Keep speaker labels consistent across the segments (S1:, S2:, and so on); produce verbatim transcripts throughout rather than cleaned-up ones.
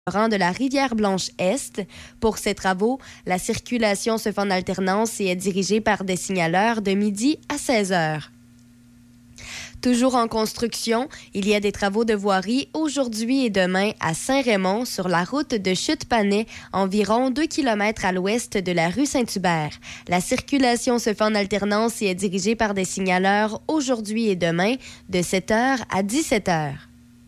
S1: rang de la Rivière-Blanche-Est. Pour ces travaux, la circulation se fait en alternance et est dirigée par des signaleurs de midi à seize heures. Toujours en construction, il y a des travaux de voirie aujourd'hui et demain à Saint-Raymond sur la route de Chute-Panay, environ deux kilomètres à l'ouest de la rue Saint-Hubert. La circulation se fait en alternance et est dirigée par des signaleurs aujourd'hui et demain de sept heures à dix-sept heures.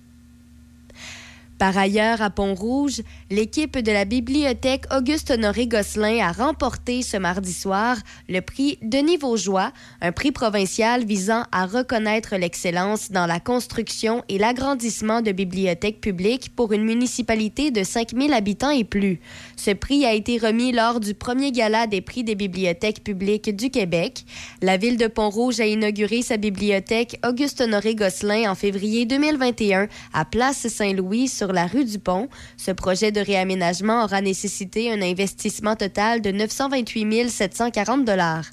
S1: Par ailleurs, à Pont-Rouge, l'équipe de la bibliothèque Auguste-Honoré Gosselin a remporté ce mardi soir le prix Denis Vaugeois, un prix provincial visant à reconnaître l'excellence dans la construction et l'agrandissement de bibliothèques publiques pour une municipalité de cinq mille habitants et plus. Ce prix a été remis lors du premier gala des prix des bibliothèques publiques du Québec. La ville de Pont-Rouge a inauguré sa bibliothèque Auguste-Honoré Gosselin en février deux mille vingt et un à Place Saint-Louis sur la rue du Pont. Ce projet de réaménagement aura nécessité un investissement total de neuf cent vingt-huit mille sept cent quarante dollars.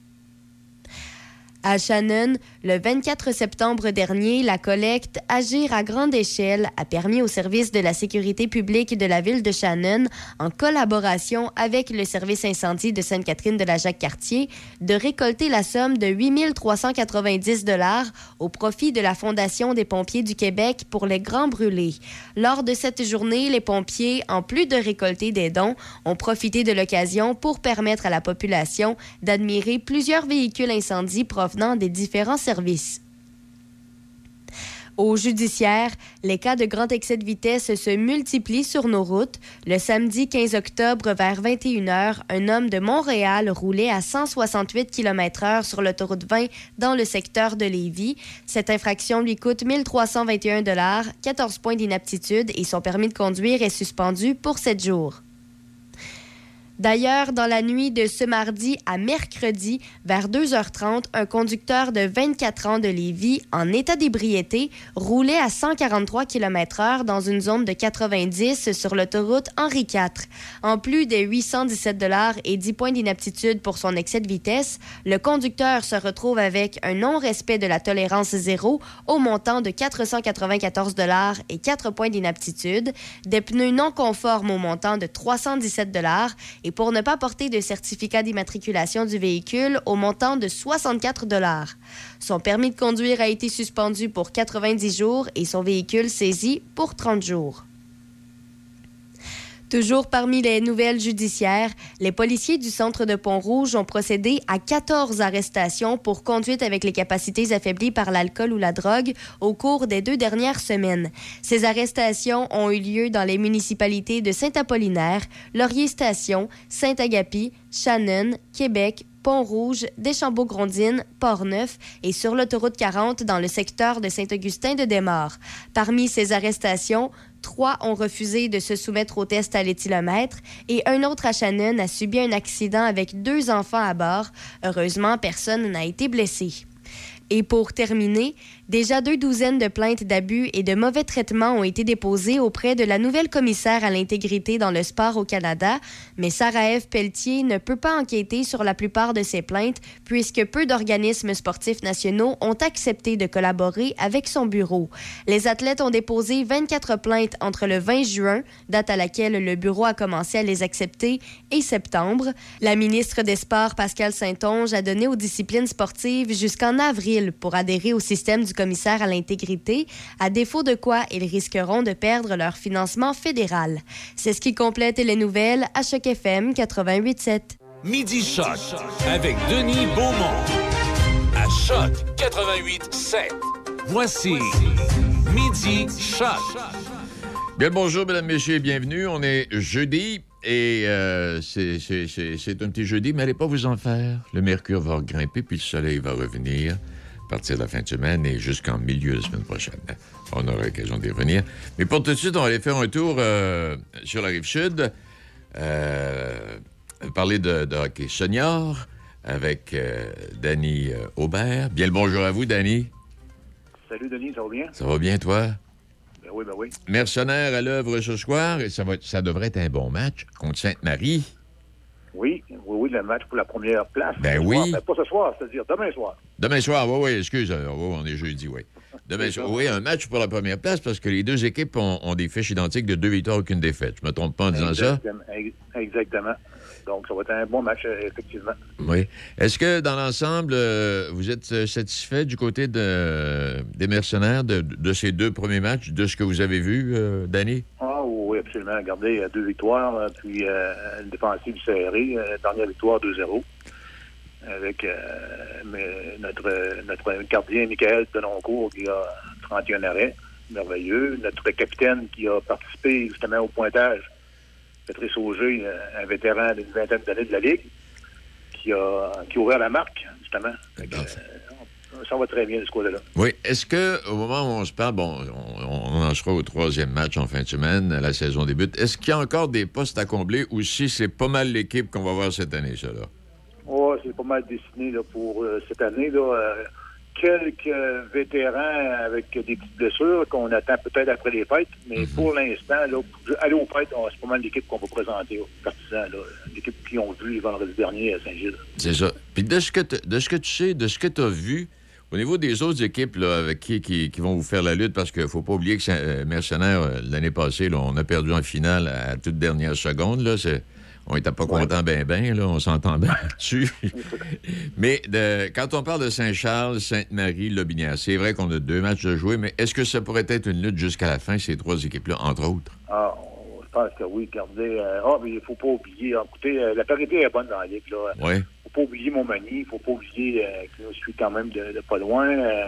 S1: À Shannon, le vingt-quatre septembre dernier, la collecte Agir à grande échelle a permis au service de la sécurité publique de la ville de Shannon, en collaboration avec le service incendie de Sainte-Catherine de la Jacques-Cartier, de récolter la somme de huit mille trois cent quatre-vingt-dix dollars au profit de la Fondation des pompiers du Québec pour les grands brûlés. Lors de cette journée, les pompiers, en plus de récolter des dons, ont profité de l'occasion pour permettre à la population d'admirer plusieurs véhicules incendies provenant des différents services. Au judiciaire, les cas de grand excès de vitesse se multiplient sur nos routes. Le samedi quinze octobre, vers vingt et une heures, un homme de Montréal roulait à cent soixante-huit kilomètres heure sur l'autoroute vingt dans le secteur de Lévis. Cette infraction lui coûte mille trois cent vingt et un dollars, quatorze points d'inaptitude et son permis de conduire est suspendu pour sept jours. D'ailleurs, dans la nuit de ce mardi à mercredi, vers deux heures trente, un conducteur de vingt-quatre ans de Lévis, en état d'ébriété, roulait à cent quarante-trois kilomètres heure dans une zone de quatre-vingt-dix sur l'autoroute Henri quatre. En plus des huit cent dix-sept dollars et dix points d'inaptitude pour son excès de vitesse, le conducteur se retrouve avec un non-respect de la tolérance zéro au montant de quatre cent quatre-vingt-quatorze dollars et quatre points d'inaptitude, des pneus non conformes au montant de trois cent dix-sept dollars et pour ne pas porter de certificat d'immatriculation du véhicule au montant de soixante-quatre dollars. Son permis de conduire a été suspendu pour quatre-vingt-dix jours et son véhicule saisi pour trente jours. Toujours parmi les nouvelles judiciaires, les policiers du centre de Pont-Rouge ont procédé à quatorze arrestations pour conduite avec les capacités affaiblies par l'alcool ou la drogue au cours des deux dernières semaines. Ces arrestations ont eu lieu dans les municipalités de Saint-Apollinaire, Laurier-Station, Saint-Agapi, Shannon, Québec, Pont-Rouge, Deschambault-Grondines, Port-Neuf et sur l'autoroute quarante dans le secteur de Saint-Augustin-de-Desmaures. Parmi ces arrestations, trois ont refusé de se soumettre au test à l'éthylomètre et un autre à Shannon a subi un accident avec deux enfants à bord. Heureusement, personne n'a été blessé. Et pour terminer, déjà deux douzaines de plaintes d'abus et de mauvais traitements ont été déposées auprès de la nouvelle commissaire à l'intégrité dans le sport au Canada, mais Sarah-Ève Pelletier ne peut pas enquêter sur la plupart de ces plaintes puisque peu d'organismes sportifs nationaux ont accepté de collaborer avec son bureau. Les athlètes ont déposé vingt-quatre plaintes entre le vingt juin, date à laquelle le bureau a commencé à les accepter, et septembre. La ministre des Sports, Pascale Saint-Onge, a donné aux disciplines sportives jusqu'en avril pour adhérer au système du commissaire à l'intégrité, à défaut de quoi ils risqueront de perdre leur financement fédéral. C'est ce qui complète les nouvelles à Choc F M quatre-vingt-huit sept.
S2: Midi Choc avec Denis Beaumont à Choc quatre-vingt-huit sept. Voici Midi Choc.
S3: Bien le bonjour, mesdames, messieurs, bienvenue. On est jeudi et euh, c'est, c'est, c'est, c'est un petit jeudi, mais allez pas vous en faire. Le mercure va grimper puis le soleil va revenir à partir de la fin de semaine et jusqu'en milieu de la semaine prochaine. On aura l'occasion d'y revenir. Mais pour tout de suite, on va aller faire un tour euh, sur la Rive-Sud, euh, parler de, de hockey senior avec euh, Danny euh, Aubert. Bien le bonjour à vous, Danny.
S4: Salut, Denis, ça va bien?
S3: Ça va bien, toi?
S4: Ben oui, ben oui.
S3: Mercenaires à l'œuvre ce soir, et ça, va, ça devrait être un bon match contre Sainte-Marie.
S4: Oui, oui, oui, le match pour la première place.
S3: Ben
S4: ce
S3: oui.
S4: Soir. Ben, pas ce soir, c'est-à-dire demain soir.
S3: Demain soir, oui, oui, excuse, oh, on est jeudi, oui. Demain soir. Oui, un match pour la première place parce que les deux équipes ont, ont des fiches identiques de deux victoires, aucune défaite. Je me trompe pas en disant
S4: Exactement.
S3: ça?
S4: Exactement. Donc, ça va être un bon match, effectivement.
S3: Oui. Est-ce que, dans l'ensemble, euh, vous êtes satisfait du côté de, des Mercenaires de, de ces deux premiers matchs, de ce que vous avez vu, euh, Danny?
S4: Ah oui, absolument. Regardez, deux victoires, puis euh, une défensive serrée, euh, dernière victoire deux zéro. Avec euh, mais notre, notre gardien, Michael Denoncourt, qui a trente et un arrêts. Merveilleux. Notre capitaine qui a participé justement au pointage, Patrice Auger, un vétéran d'une vingtaine d'années de la Ligue, qui a, qui a ouvert la marque, justement. Que, euh, ça va très bien de ce côté-là.
S3: Oui. Est-ce qu'au moment où on se parle, bon, on, on en sera au troisième match en fin de semaine, la saison débute, est-ce qu'il y a encore des postes à combler ou si c'est pas mal l'équipe qu'on va voir cette année, ça, là?
S4: Oh, c'est pas mal dessiné là, pour euh, cette année. Là, euh, quelques vétérans avec des petites blessures qu'on attend peut-être après les fêtes, mais mm-hmm. pour l'instant, là, pour aller aux fêtes, oh, c'est pas mal l'équipe qu'on va présenter aux partisans. Là, l'équipe qui ont vu le vendredi dernier à Saint-Gilles.
S3: C'est ça. Puis de ce que de ce que tu sais, de ce que tu as vu, au niveau des autres équipes là, avec qui, qui, qui vont vous faire la lutte, parce qu'il ne faut pas oublier que euh, Mercenaires, euh, l'année passée, là, on a perdu en finale à toute dernière seconde. Là, c'est... On n'était pas ouais. content ben ben, là, on s'entend bien là-dessus. Mais de, quand on parle de Saint-Charles, Sainte-Marie, Lobinière, c'est vrai qu'on a deux matchs de jouer, mais est-ce que ça pourrait être une lutte jusqu'à la fin, ces trois équipes-là, entre autres?
S4: Ah, je pense que oui. Regardez, euh, ah, mais il ne faut pas oublier. Écoutez, euh, la parité est bonne dans la Ligue. Il ne
S3: ouais.
S4: faut pas oublier Montmagny, il ne faut pas oublier euh, que je suis quand même de, de pas loin. Euh,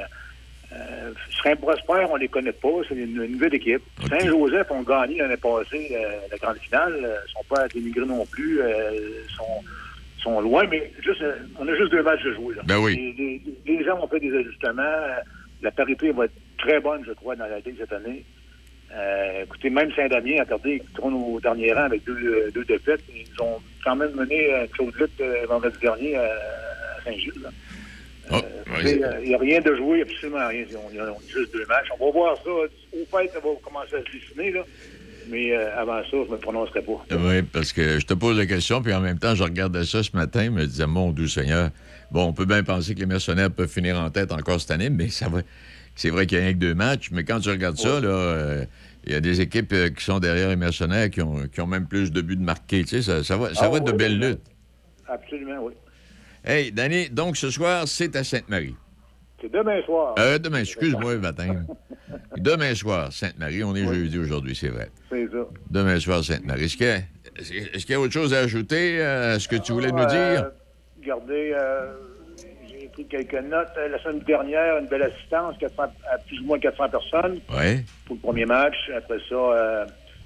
S4: Euh, Saint-Prosper, on les connaît pas. C'est une, une nouvelle équipe. Okay. Saint-Joseph ont gagné l'année passée euh, la grande finale. Ils ne sont pas dénigrés non plus. Ils euh, sont, sont loin, mais juste, euh, on a juste deux matchs de jouer. Là.
S3: Ben oui.
S4: Les, les, les gens ont fait des ajustements. La parité va être très bonne, je crois, dans la Ligue cette année. Euh, écoutez, même Saint-Damien, regardez, ils tournent au dernier rang avec deux, deux défaites. Ils ont quand même mené euh, Claude Lutte euh, vendredi dernier à, à Saint-Gilles. Là. Il
S3: oh,
S4: n'y oui. a, a rien de joué, absolument rien. On a, on a juste deux matchs. On va voir ça. Au fait, ça va commencer à se dessiner, là. Mais euh, avant ça, je ne me prononcerai pas.
S3: Oui, parce que je te pose la question, puis en même temps, je regardais ça ce matin, je me disais, mon doux Seigneur, bon, on peut bien penser que les Mercenaires peuvent finir en tête encore cette année, mais ça va. C'est vrai qu'il n'y a rien que deux matchs, mais quand tu regardes oui. ça, là, euh, il y a des équipes euh, qui sont derrière les Mercenaires qui ont, qui ont même plus de buts de marqués. Tu sais, ça, ça va, ça ah, va être oui, de belles luttes.
S4: Absolument, oui.
S3: Hey, Danny, donc ce soir, c'est à Sainte-Marie.
S4: C'est demain soir.
S3: Euh, demain, excuse-moi, matin. Demain soir, Sainte-Marie. On est oui. jeudi aujourd'hui, c'est vrai.
S4: C'est ça.
S3: Demain soir, Sainte-Marie. Est-ce qu'il y a, est-ce qu'il y a autre chose à ajouter à ce que tu voulais
S4: euh,
S3: nous dire?
S4: Regardez, euh, j'ai pris quelques notes. La semaine dernière, une belle assistance, quatre cents, à plus ou moins quatre cents personnes.
S3: Oui.
S4: Pour le premier match. Après ça... Euh,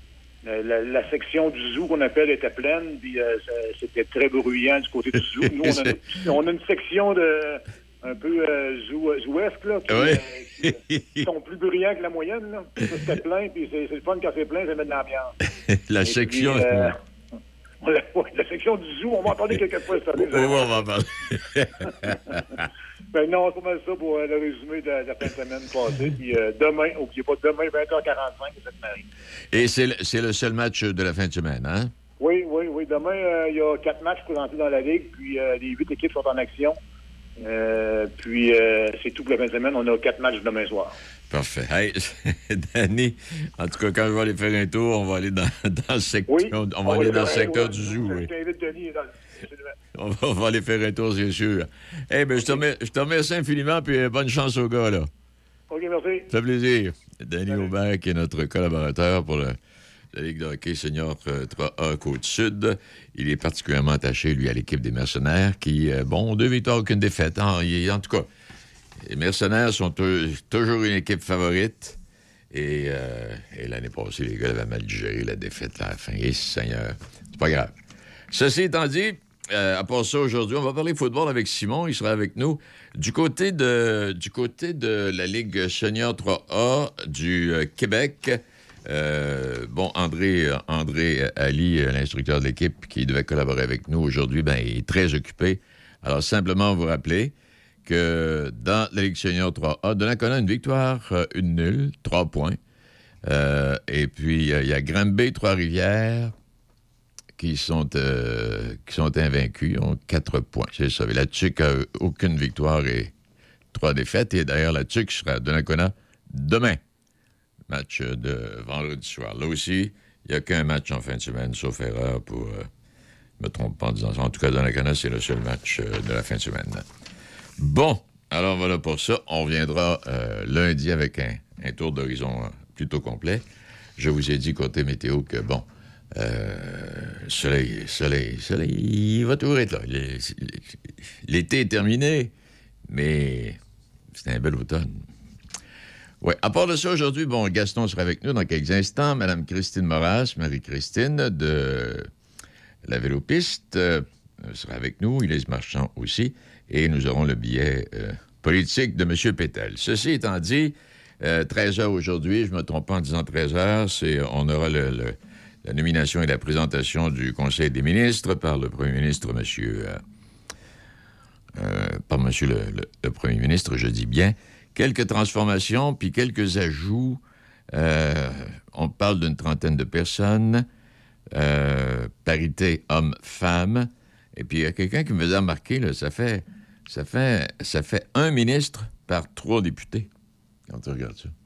S4: La, la section du zoo qu'on appelle était pleine, puis euh, ça, c'était très bruyant du côté du zoo. Nous, on a, une, on a une section de un peu euh, zoo, zooesque, là, qui,
S3: oui.
S4: euh, qui, qui sont plus bruyants que la moyenne. Là. Ça, c'était plein, puis c'est, c'est le fun quand c'est plein, ça met de l'ambiance.
S3: la
S4: Et
S3: section...
S4: Puis, euh, la, la section du zoo, on va en parler quelques fois cette année.
S3: Oui, on va en parler.
S4: Ben non, c'est pas mal ça pour euh, le résumé de, de la fin de semaine passée. Puis euh, demain, n'oubliez pas, demain, vingt heures quarante-cinq, c'est cette Marie.
S3: Et c'est le, c'est le seul match de la fin de semaine, hein?
S4: Oui, oui, oui. Demain, il euh, y a quatre matchs présentés dans la Ligue, puis euh, les huit équipes sont en action. Euh, puis euh, c'est tout pour la fin de semaine. On a quatre matchs demain soir.
S3: Parfait. Hey, Danny, en tout cas, quand je vais aller faire un tour, on va aller dans, dans le secteur,
S4: oui.
S3: on va
S4: on
S3: aller
S4: va
S3: dans le secteur
S4: oui.
S3: du zoo.
S4: Je
S3: oui.
S4: t'invite, Denis, dans le...
S3: On va, on va aller faire un tour, c'est sûr. Eh hey, bien, je, je te remercie infiniment, puis bonne chance aux gars, là.
S4: OK, merci.
S3: Ça fait plaisir. Danny Aubert, qui est notre collaborateur pour le, la Ligue de hockey senior trois A Côte-Sud. Il est particulièrement attaché, lui, à l'équipe des Mercenaires, qui, euh, bon, deux victoires, aucune défaite. En, en tout cas, les Mercenaires sont t- toujours une équipe favorite. Et, euh, et l'année passée, les gars avaient mal digéré la défaite à la fin. Et Seigneur, c'est pas grave. Ceci étant dit, euh, à part ça, aujourd'hui, on va parler football avec Simon. Il sera avec nous. Du côté de, du côté de la Ligue senior trois A du euh, Québec, euh, bon, André, André Ali, l'instructeur de l'équipe qui devait collaborer avec nous aujourd'hui, ben, il est très occupé. Alors, simplement vous rappeler que dans la Ligue senior trois A, Donnacona, une victoire, une nulle, trois points. Euh, et puis, il y a Granby, Trois-Rivières, qui sont, euh, qui sont invaincus, ils ont quatre points. C'est ça. La T U C a aucune victoire et trois défaites. Et d'ailleurs, la T U C sera à Donnacona demain. Match de vendredi soir. Là aussi, il n'y a qu'un match en fin de semaine, sauf erreur pour... Euh, me trompe pas en disant ça. En tout cas, dans la canne, c'est le seul match euh, de la fin de semaine. Bon, alors voilà pour ça. On reviendra euh, lundi avec un, un tour d'horizon euh, plutôt complet. Je vous ai dit, côté météo, que bon, euh, soleil, soleil, soleil, il va toujours être là. L'été est terminé, mais c'est un bel automne. Oui, à part de ça, aujourd'hui, bon, Gaston sera avec nous dans quelques instants. Mme Christine Moras, Marie-Christine de la Vélopiste euh, sera avec nous. Élise Marchand aussi. Et nous aurons le billet euh, politique de M. Pétel. Ceci étant dit, euh, treize heures aujourd'hui, je ne me trompe pas en disant treize heures, c'est, on aura le, le, la nomination et la présentation du Conseil des ministres par le premier ministre, M. Euh, euh, par M. Le, le, le premier ministre, je dis bien. Quelques transformations, puis quelques ajouts. Euh, on parle d'une trentaine de personnes. Euh, parité homme-femme. Et puis, il y a quelqu'un qui me faisait remarquer, là, ça fait, ça fait, ça fait un ministre par trois députés. Quand tu regardes ça.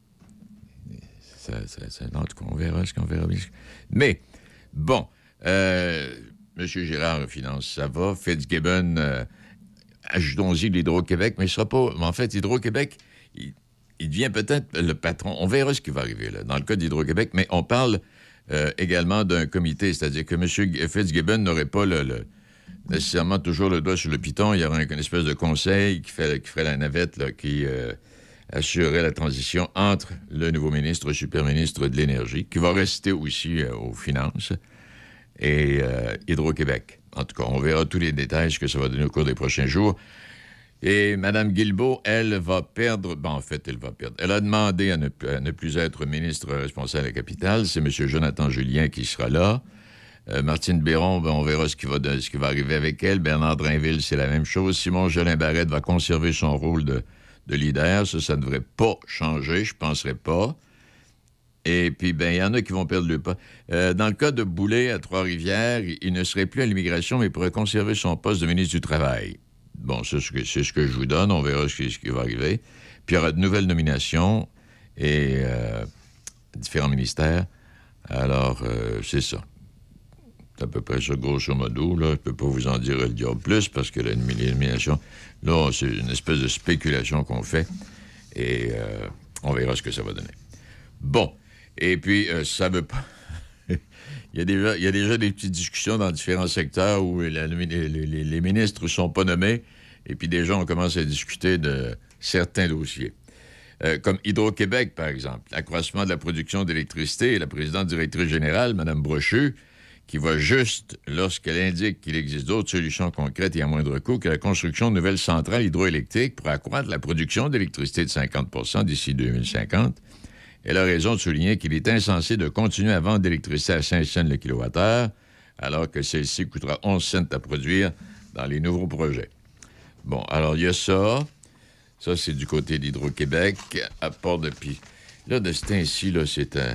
S3: ça, ça, ça en tout cas, on verra ce qu'on verra. Mais, bon, euh, M. Girard, finance, ça va. Fitzgibbon, euh, ajoutons-y l'Hydro-Québec, mais ce sera pas... En fait, Hydro-Québec... Il, il devient peut-être le patron. On verra ce qui va arriver là, dans le cas d'Hydro-Québec, mais on parle euh, également d'un comité, c'est-à-dire que M. Fitzgibbon n'aurait pas le, le, nécessairement toujours le doigt sur le piton. Il y aurait une espèce de conseil qui, fait, qui ferait la navette, là, qui euh, assurerait la transition entre le nouveau ministre, super ministre de l'Énergie, qui va rester aussi euh, aux finances, et euh, Hydro-Québec. En tout cas, on verra tous les détails, ce que ça va donner au cours des prochains jours. Et Mme Guilbeault, elle va perdre... Bon, en fait, elle va perdre. Elle a demandé à ne, à ne plus être ministre responsable de la capitale. C'est M. Jonathan Julien qui sera là. Euh, Martine Biron, ben, on verra ce qui, va de, ce qui va arriver avec elle. Bernard Drainville, c'est la même chose. Simon Jolin-Barrette va conserver son rôle de, de leader. Ça, ça ne devrait pas changer, je ne penserais pas. Et puis, ben, il y en a qui vont perdre le pas. Euh, dans le cas de Boulay à Trois-Rivières, il, il ne serait plus à l'immigration, mais il pourrait conserver son poste de ministre du Travail. Bon, c'est ce, que, c'est ce que je vous donne. On verra ce qui, ce qui va arriver. Puis il y aura de nouvelles nominations et euh, différents ministères. Alors, euh, c'est ça. C'est à peu près ça, grosso modo. Là. Je ne peux pas vous en dire le diable plus parce que la nomination, là, c'est une espèce de spéculation qu'on fait. Et euh, on verra ce que ça va donner. Bon. Et puis, euh, ça ne veut pas... Il y, a déjà, il y a déjà des petites discussions dans différents secteurs où la, les, les, les ministres ne sont pas nommés et puis déjà, on commence à discuter de certains dossiers. Euh, comme Hydro-Québec, par exemple. L'accroissement de la production d'électricité et la présidente directrice générale, Mme Brochu, qui va juste, lorsqu'elle indique qu'il existe d'autres solutions concrètes et à moindre coût, que la construction de nouvelles centrales hydroélectriques pour accroître la production d'électricité de cinquante pour cent d'ici deux mille cinquante. Elle a raison de souligner qu'il est insensé de continuer à vendre d'électricité à cinq cents le kilowattheure, alors que celle-ci coûtera onze cents à produire dans les nouveaux projets. Bon, alors il y a ça. Ça, c'est du côté d'Hydro-Québec. À part depuis... Là, de ce temps-ci, là, c'est un...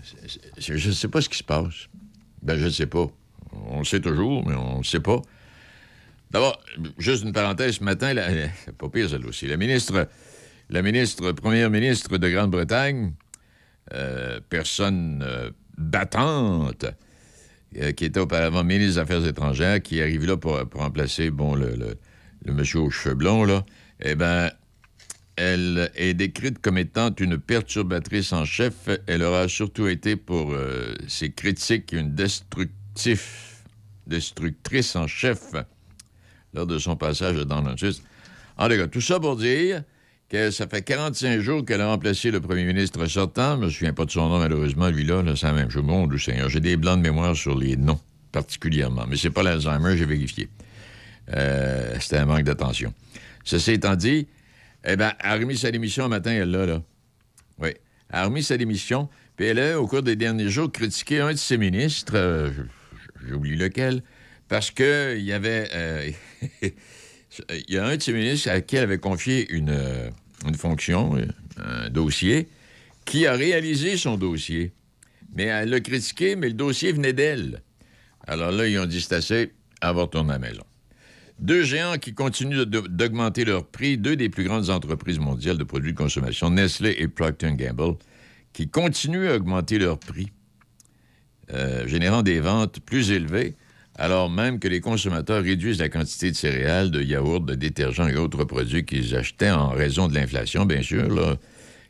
S3: Je ne sais pas ce qui se passe. Ben, je ne sais pas. On le sait toujours, mais on ne sait pas. D'abord, juste une parenthèse, ce matin, la... c'est pas pire, celle aussi. La ministre, la ministre, première ministre de Grande-Bretagne... Euh, personne euh, battante, euh, qui était auparavant ministre des Affaires étrangères, qui arrive là pour, pour remplacer, bon, le, le, le monsieur aux cheveux blonds, là, eh bien, elle est décrite comme étant une perturbatrice en chef. Elle aura surtout été pour euh, ses critiques une destructif, destructrice en chef lors de son passage à Downing Street. En tout cas, tout ça pour dire... que ça fait quarante-cinq jours qu'elle a remplacé le premier ministre sortant. Je ne me souviens pas de son nom, malheureusement, lui-là. Là, c'est la même chose. Mon Dieu Seigneur, j'ai des blancs de mémoire sur les noms, particulièrement. Mais c'est pas l'Alzheimer, j'ai vérifié. Euh, c'était un manque d'attention. Ceci étant dit, eh bien, elle a remis sa démission un matin, elle, là, là. Oui. Elle a remis sa démission, puis elle a, au cours des derniers jours, critiqué un de ses ministres, euh, j'oublie lequel, parce qu'il y avait... Euh, il y a un de ses ministres à qui elle avait confié une, euh, une fonction, un dossier, qui a réalisé son dossier. Mais elle l'a critiqué, mais le dossier venait d'elle. Alors là, ils ont dit, c'est assez, elle va retourner à la maison. Deux géants qui continuent de, d'augmenter leur prix, deux des plus grandes entreprises mondiales de produits de consommation, Nestlé et Procter and Gamble, qui continuent à augmenter leur prix, euh, générant des ventes plus élevées, alors même que les consommateurs réduisent la quantité de céréales, de yaourts, de détergents et autres produits qu'ils achetaient en raison de l'inflation, bien sûr. Là,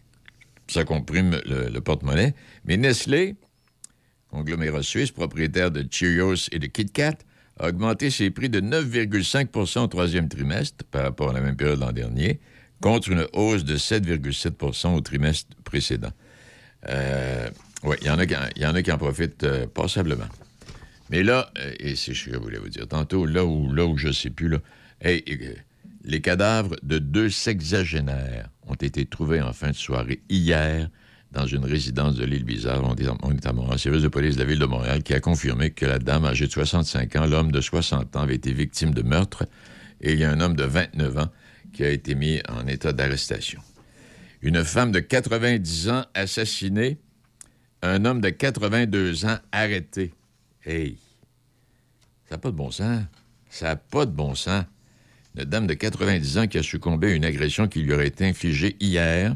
S3: ça comprime le, le porte-monnaie. Mais Nestlé, conglomérat suisse, propriétaire de Cheerios et de Kit Kat, a augmenté ses prix de neuf virgule cinq pour cent au troisième trimestre par rapport à la même période l'an dernier, contre une hausse de sept virgule sept pour cent au trimestre précédent. Euh, oui, il y en a qui, y en a qui en profitent euh, passablement. Mais là, euh, et c'est ce que je voulais vous dire tantôt, là où, là où je ne sais plus, là, hey, euh, les cadavres de deux sexagénaires ont été trouvés en fin de soirée hier dans une résidence de l'île Bizarre. On est, on est à Montréal. Le service de police de la Ville de Montréal qui a confirmé que la dame âgée de soixante-cinq ans, l'homme de soixante ans, avait été victime de meurtre et il y a un homme de vingt-neuf ans qui a été mis en état d'arrestation. Une femme de quatre-vingt-dix ans assassinée, un homme de quatre-vingt-deux ans arrêté. Hey! Ça n'a pas de bon sens. Ça n'a pas de bon sens. Une dame de quatre-vingt-dix ans qui a succombé à une agression qui lui aurait été infligée hier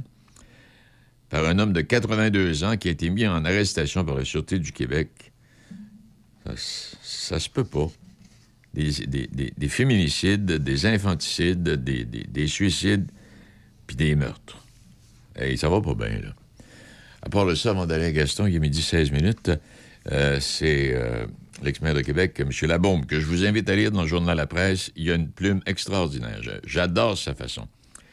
S3: par un homme de quatre-vingt-deux ans qui a été mis en arrestation par la Sûreté du Québec. Ça, ça se peut pas. Des, des, des, des féminicides, des infanticides, des, des, des suicides, puis des meurtres. Hey, ça va pas bien, là. À part le ça, avant d'aller à Gaston, il est midi seize minutes, euh, c'est euh, l'ex-maire de Québec, M. Labaume, que je vous invite à lire dans le journal La Presse. Il a une plume extraordinaire. J'adore sa façon.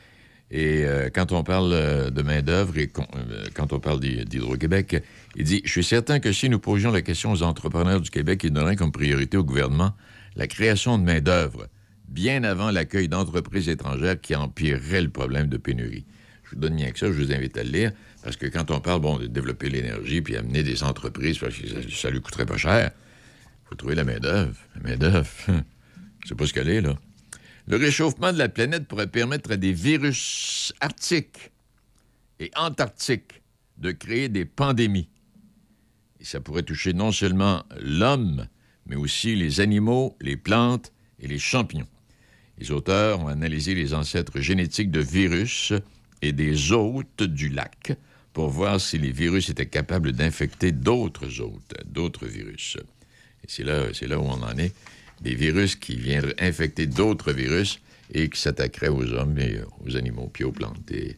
S3: Et euh, quand on parle euh, de main-d'œuvre et con, euh, quand on parle d'Hydro-Québec, il dit « Je suis certain que si nous posions la question aux entrepreneurs du Québec, ils donneraient comme priorité au gouvernement la création de main-d'œuvre, bien avant l'accueil d'entreprises étrangères qui empireraient le problème de pénurie. » Je vous donne bien que ça, je vous invite à le lire, parce que quand on parle, bon, de développer l'énergie puis amener des entreprises, parce que ça, ça lui coûterait pas cher, il faut trouver la main-d'œuvre. La main-d'œuvre, je sais pas ce qu'elle est, là. Le réchauffement de la planète pourrait permettre à des virus arctiques et antarctiques de créer des pandémies. Et ça pourrait toucher non seulement l'homme, mais aussi les animaux, les plantes et les champignons. Les auteurs ont analysé les ancêtres génétiques de virus et des hôtes du lac pour voir si les virus étaient capables d'infecter d'autres hôtes, d'autres virus. Et c'est là, c'est là où on en est. Des virus qui viendraient infecter d'autres virus et qui s'attaqueraient aux hommes et aux animaux, puis aux plantes et,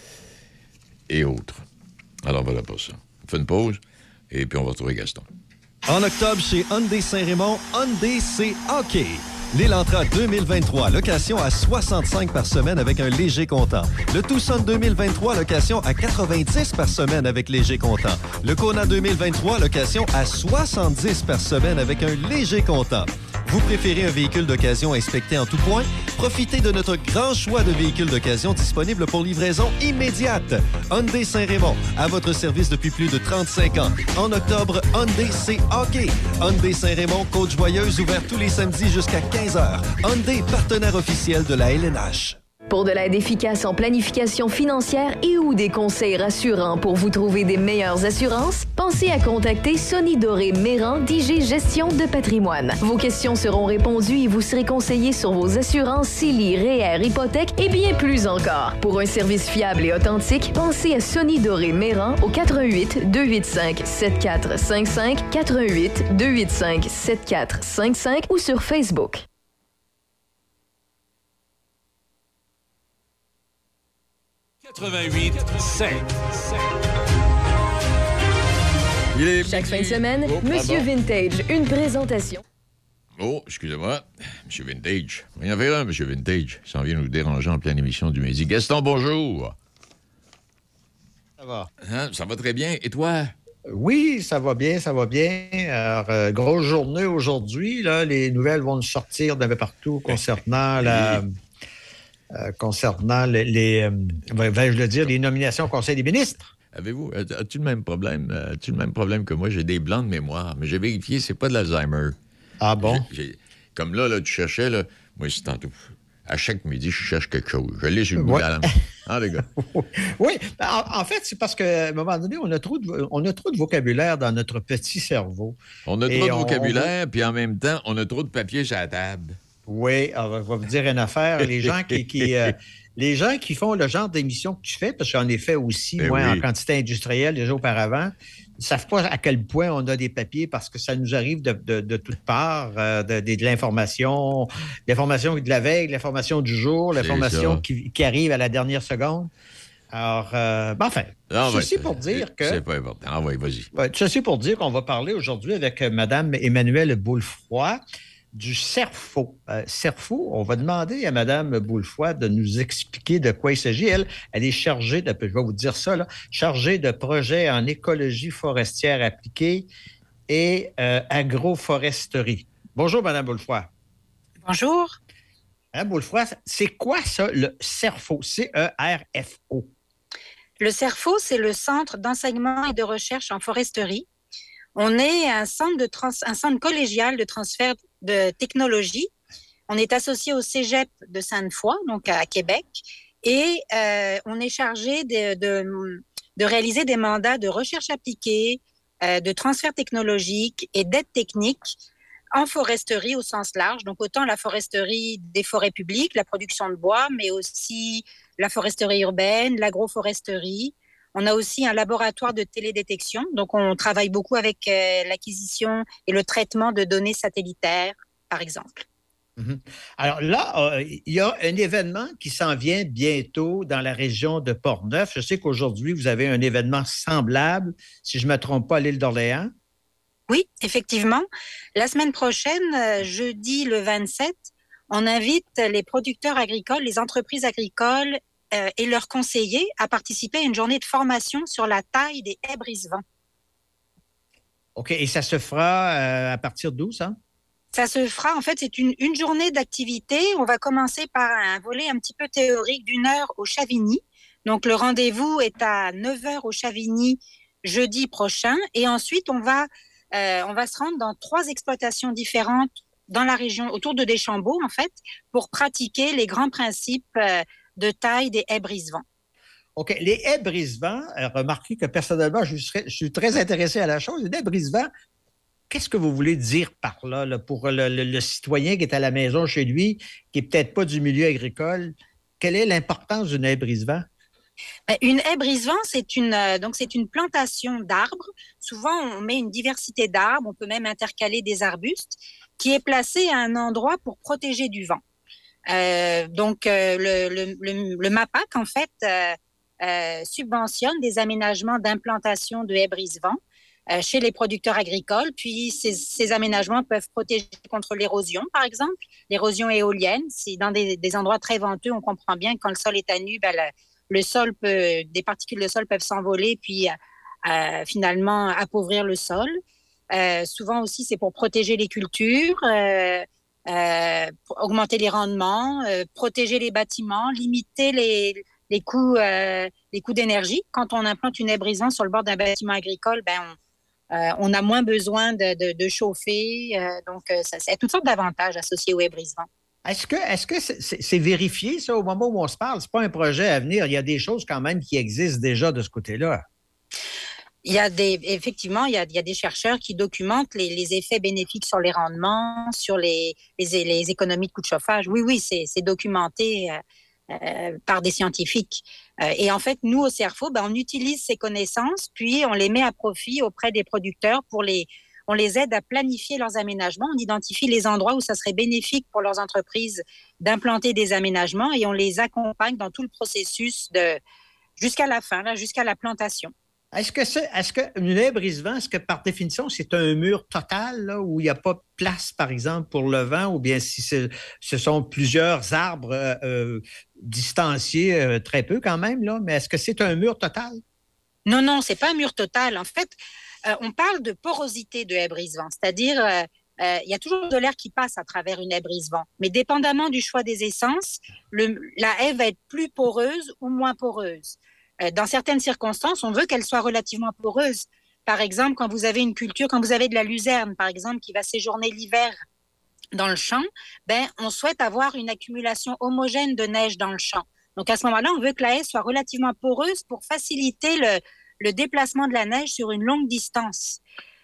S3: et autres. Alors voilà pour ça. On fait une pause et puis on va retrouver Gaston.
S5: En octobre, chez Hyundai Saint-Raymond, Hyundai c'est hockey. L'Elantra deux mille vingt-trois, location à soixante-cinq par semaine avec un léger comptant. Le Tucson deux mille vingt-trois, location à quatre-vingt-dix par semaine avec léger comptant. Le Kona deux mille vingt-trois, location à soixante-dix par semaine avec un léger comptant. Vous préférez un véhicule d'occasion inspecté en tout point? Profitez de notre grand choix de véhicules d'occasion disponibles pour livraison immédiate. Hyundai Saint-Raymond, à votre service depuis plus de trente-cinq ans. En octobre, Hyundai c'est hockey. Hyundai Saint-Raymond, Côte-Joyeuse, ouvert tous les samedis jusqu'à quinze heures. Hyundai, partenaire officiel de la L N H.
S6: Pour de l'aide efficace en planification financière et ou des conseils rassurants pour vous trouver des meilleures assurances, pensez à contacter Sonny Doré Méran d'I G Gestion de patrimoine. Vos questions seront répondues et vous serez conseillé sur vos assurances C E L I, R E E R, hypothèque et bien plus encore. Pour un service fiable et authentique, pensez à Sonny Doré Méran au quatre un huit, deux huit cinq, sept quatre cinq cinq, quatre un huit, deux huit cinq, sept quatre cinq cinq ou sur Facebook.
S2: quatre-vingt-huit sept.
S6: Chaque fin de semaine,
S3: oh,
S6: Monsieur
S3: pardon.
S6: Vintage, une présentation.
S3: Oh, excusez-moi. Monsieur Vintage. Il y en avait un, Monsieur Vintage. Il s'en vient nous déranger en pleine émission du midi. Gaston, bonjour.
S7: Ça va?
S3: Hein, ça va très bien. Et toi?
S7: Oui, ça va bien, ça va bien. Alors, euh, grosse journée aujourd'hui. Là, les nouvelles vont nous sortir d'un peu partout concernant la... Euh, concernant les, les euh, vais-je le dire, les nominations au Conseil des ministres.
S3: Avez-vous, as-tu le même problème? As-tu le même problème que moi? J'ai des blancs de mémoire, mais j'ai vérifié, c'est pas de l'Alzheimer.
S7: Ah bon?
S3: J'ai, j'ai, comme là, là, tu cherchais, là, moi, c'est tantôt. À chaque midi, je cherche quelque chose. Je l'ai sur le bout de la langue. Hein, les gars?
S7: Oui, en, en fait, c'est parce qu'à un moment donné, on a, trop de, on a trop de vocabulaire dans notre petit cerveau.
S3: On a
S7: Et
S3: trop de
S7: on,
S3: vocabulaire,
S7: on...
S3: puis en même temps, on a trop de papier sur la table.
S7: Oui, alors, je vais vous dire une affaire. Les gens qui, qui, euh, les gens qui font le genre d'émission que tu fais, parce que j'en ai fait aussi,
S3: Ben
S7: moi,
S3: oui.
S7: en quantité industrielle déjà auparavant, ils ne savent pas à quel point on a des papiers parce que ça nous arrive de, de, de toutes parts, euh, de, de, de l'information, l'information de la veille, l'information du jour, l'information qui, qui arrive à la dernière seconde. Alors, euh, ben enfin,
S3: Ah,
S7: ceci
S3: ouais,
S7: pour dire que...
S3: C'est pas important. Ah oui, vas-y.
S7: Ouais, ceci pour dire qu'on va parler aujourd'hui avec Mme Emmanuelle Boulefroid du CERFO. Euh, CERFO, on va demander à Mme Boulefroid de nous expliquer de quoi il s'agit. Elle, elle est chargée, de, je vais vous dire ça, là, chargée de projets en écologie forestière appliquée et euh, agroforesterie. Bonjour, Mme Boulefroid.
S8: Bonjour.
S7: Mme Boulefroid, c'est quoi ça, le CERFO? C E R F O.
S8: Le CERFO, c'est le Centre d'enseignement et de recherche en foresterie. On est un centre, de trans, un centre collégial de transfert de technologie. On est associé au Cégep de Sainte-Foy, donc à Québec, et euh, on est chargé de, de, de réaliser des mandats de recherche appliquée, euh, de transfert technologique et d'aide technique en foresterie au sens large. Donc autant la foresterie des forêts publiques, la production de bois, mais aussi la foresterie urbaine, l'agroforesterie. On a aussi un laboratoire de télédétection. Donc, on travaille beaucoup avec euh, l'acquisition et le traitement de données satellitaires, par exemple.
S7: Mm-hmm. Alors là, euh, il y a un événement qui s'en vient bientôt dans la région de Portneuf. Je sais qu'aujourd'hui, vous avez un événement semblable, si je ne me trompe pas, à l'île d'Orléans.
S8: Oui, effectivement. La semaine prochaine, euh, jeudi le vingt-sept, on invite les producteurs agricoles, les entreprises agricoles euh, et leurs conseillers à participer à une journée de formation sur la taille des haies brise-vent.
S7: OK. Et ça se fera euh, à partir d'où, ça?
S8: Ça se fera, en fait, c'est une, une journée d'activité. On va commencer par un volet un petit peu théorique d'une heure au Chavigny. Donc, le rendez-vous est à neuf heures au Chavigny jeudi prochain. Et ensuite, on va, euh, on va se rendre dans trois exploitations différentes dans la région, autour de Deschambault, en fait, pour pratiquer les grands principes euh, de taille des haies brise-vent.
S7: OK. Les haies brise-vent, euh, remarquez que personnellement, je, serais, je suis très intéressé à la chose. Les haies brise-vent, qu'est-ce que vous voulez dire par là, là pour le, le, le citoyen qui est à la maison chez lui, qui n'est peut-être pas du milieu agricole? Quelle est l'importance d'une haie brise-vent?
S8: Une haie brise-vent, c'est une, euh, donc c'est une plantation d'arbres. Souvent, on met une diversité d'arbres, on peut même intercaler des arbustes, qui est placée à un endroit pour protéger du vent. Euh, donc, euh, le, le, le, le MAPAC, en fait, euh, euh, subventionne des aménagements d'implantation de haies brise-vent euh, chez les producteurs agricoles. Puis, ces, ces aménagements peuvent protéger contre l'érosion, par exemple, l'érosion éolienne. C'est dans des, des endroits très venteux, on comprend bien que quand le sol est à nu, ben, le, le sol peut, des particules de sol peuvent s'envoler, puis euh, finalement appauvrir le sol. Euh, souvent aussi, c'est pour protéger les cultures, euh, euh, augmenter les rendements, euh, protéger les bâtiments, limiter les, les coûts, euh, les coûts d'énergie. Quand on implante une haie brise-vent sur le bord d'un bâtiment agricole, ben on, euh, on a moins besoin de, de, de chauffer. Euh, donc, ça, c'est toutes sortes d'avantages associés aux haies brise-vent.
S7: Est-ce que est-ce que c'est, c'est, c'est vérifié, ça, au moment où on se parle? C'est pas un projet à venir. Il y a des choses quand même qui existent déjà de ce côté-là.
S8: Il y a des, effectivement, il y a, il y a des chercheurs qui documentent les, les effets bénéfiques sur les rendements, sur les, les, les économies de coûts de chauffage. Oui, oui, c'est, c'est documenté euh, euh, par des scientifiques. Euh, et en fait, nous, au CERFO, ben, on utilise ces connaissances, puis on les met à profit auprès des producteurs pour les, on les aide à planifier leurs aménagements. On identifie les endroits où ça serait bénéfique pour leurs entreprises d'implanter des aménagements et on les accompagne dans tout le processus de, jusqu'à la fin, là, jusqu'à la plantation.
S7: Est-ce que c'est, est-ce qu'une haie brise-vent, est-ce que par définition, c'est un mur total là, où il n'y a pas de place, par exemple, pour le vent, ou bien si c'est, ce sont plusieurs arbres euh, euh, distanciés euh, très peu quand même, là, mais est-ce que c'est un mur total?
S8: Non, non, c'est pas un mur total. En fait, euh, on parle de porosité de haie brise-vent, c'est-à-dire euh, euh, il y a toujours de l'air qui passe à travers une haie brise-vent, mais dépendamment du choix des essences, le, la haie va être plus poreuse ou moins poreuse. Dans certaines circonstances, on veut qu'elle soit relativement poreuse. Par exemple, quand vous avez une culture, quand vous avez de la luzerne, par exemple, qui va séjourner l'hiver dans le champ, ben, on souhaite avoir une accumulation homogène de neige dans le champ. Donc, à ce moment-là, on veut que la haie soit relativement poreuse pour faciliter le, le déplacement de la neige sur une longue distance.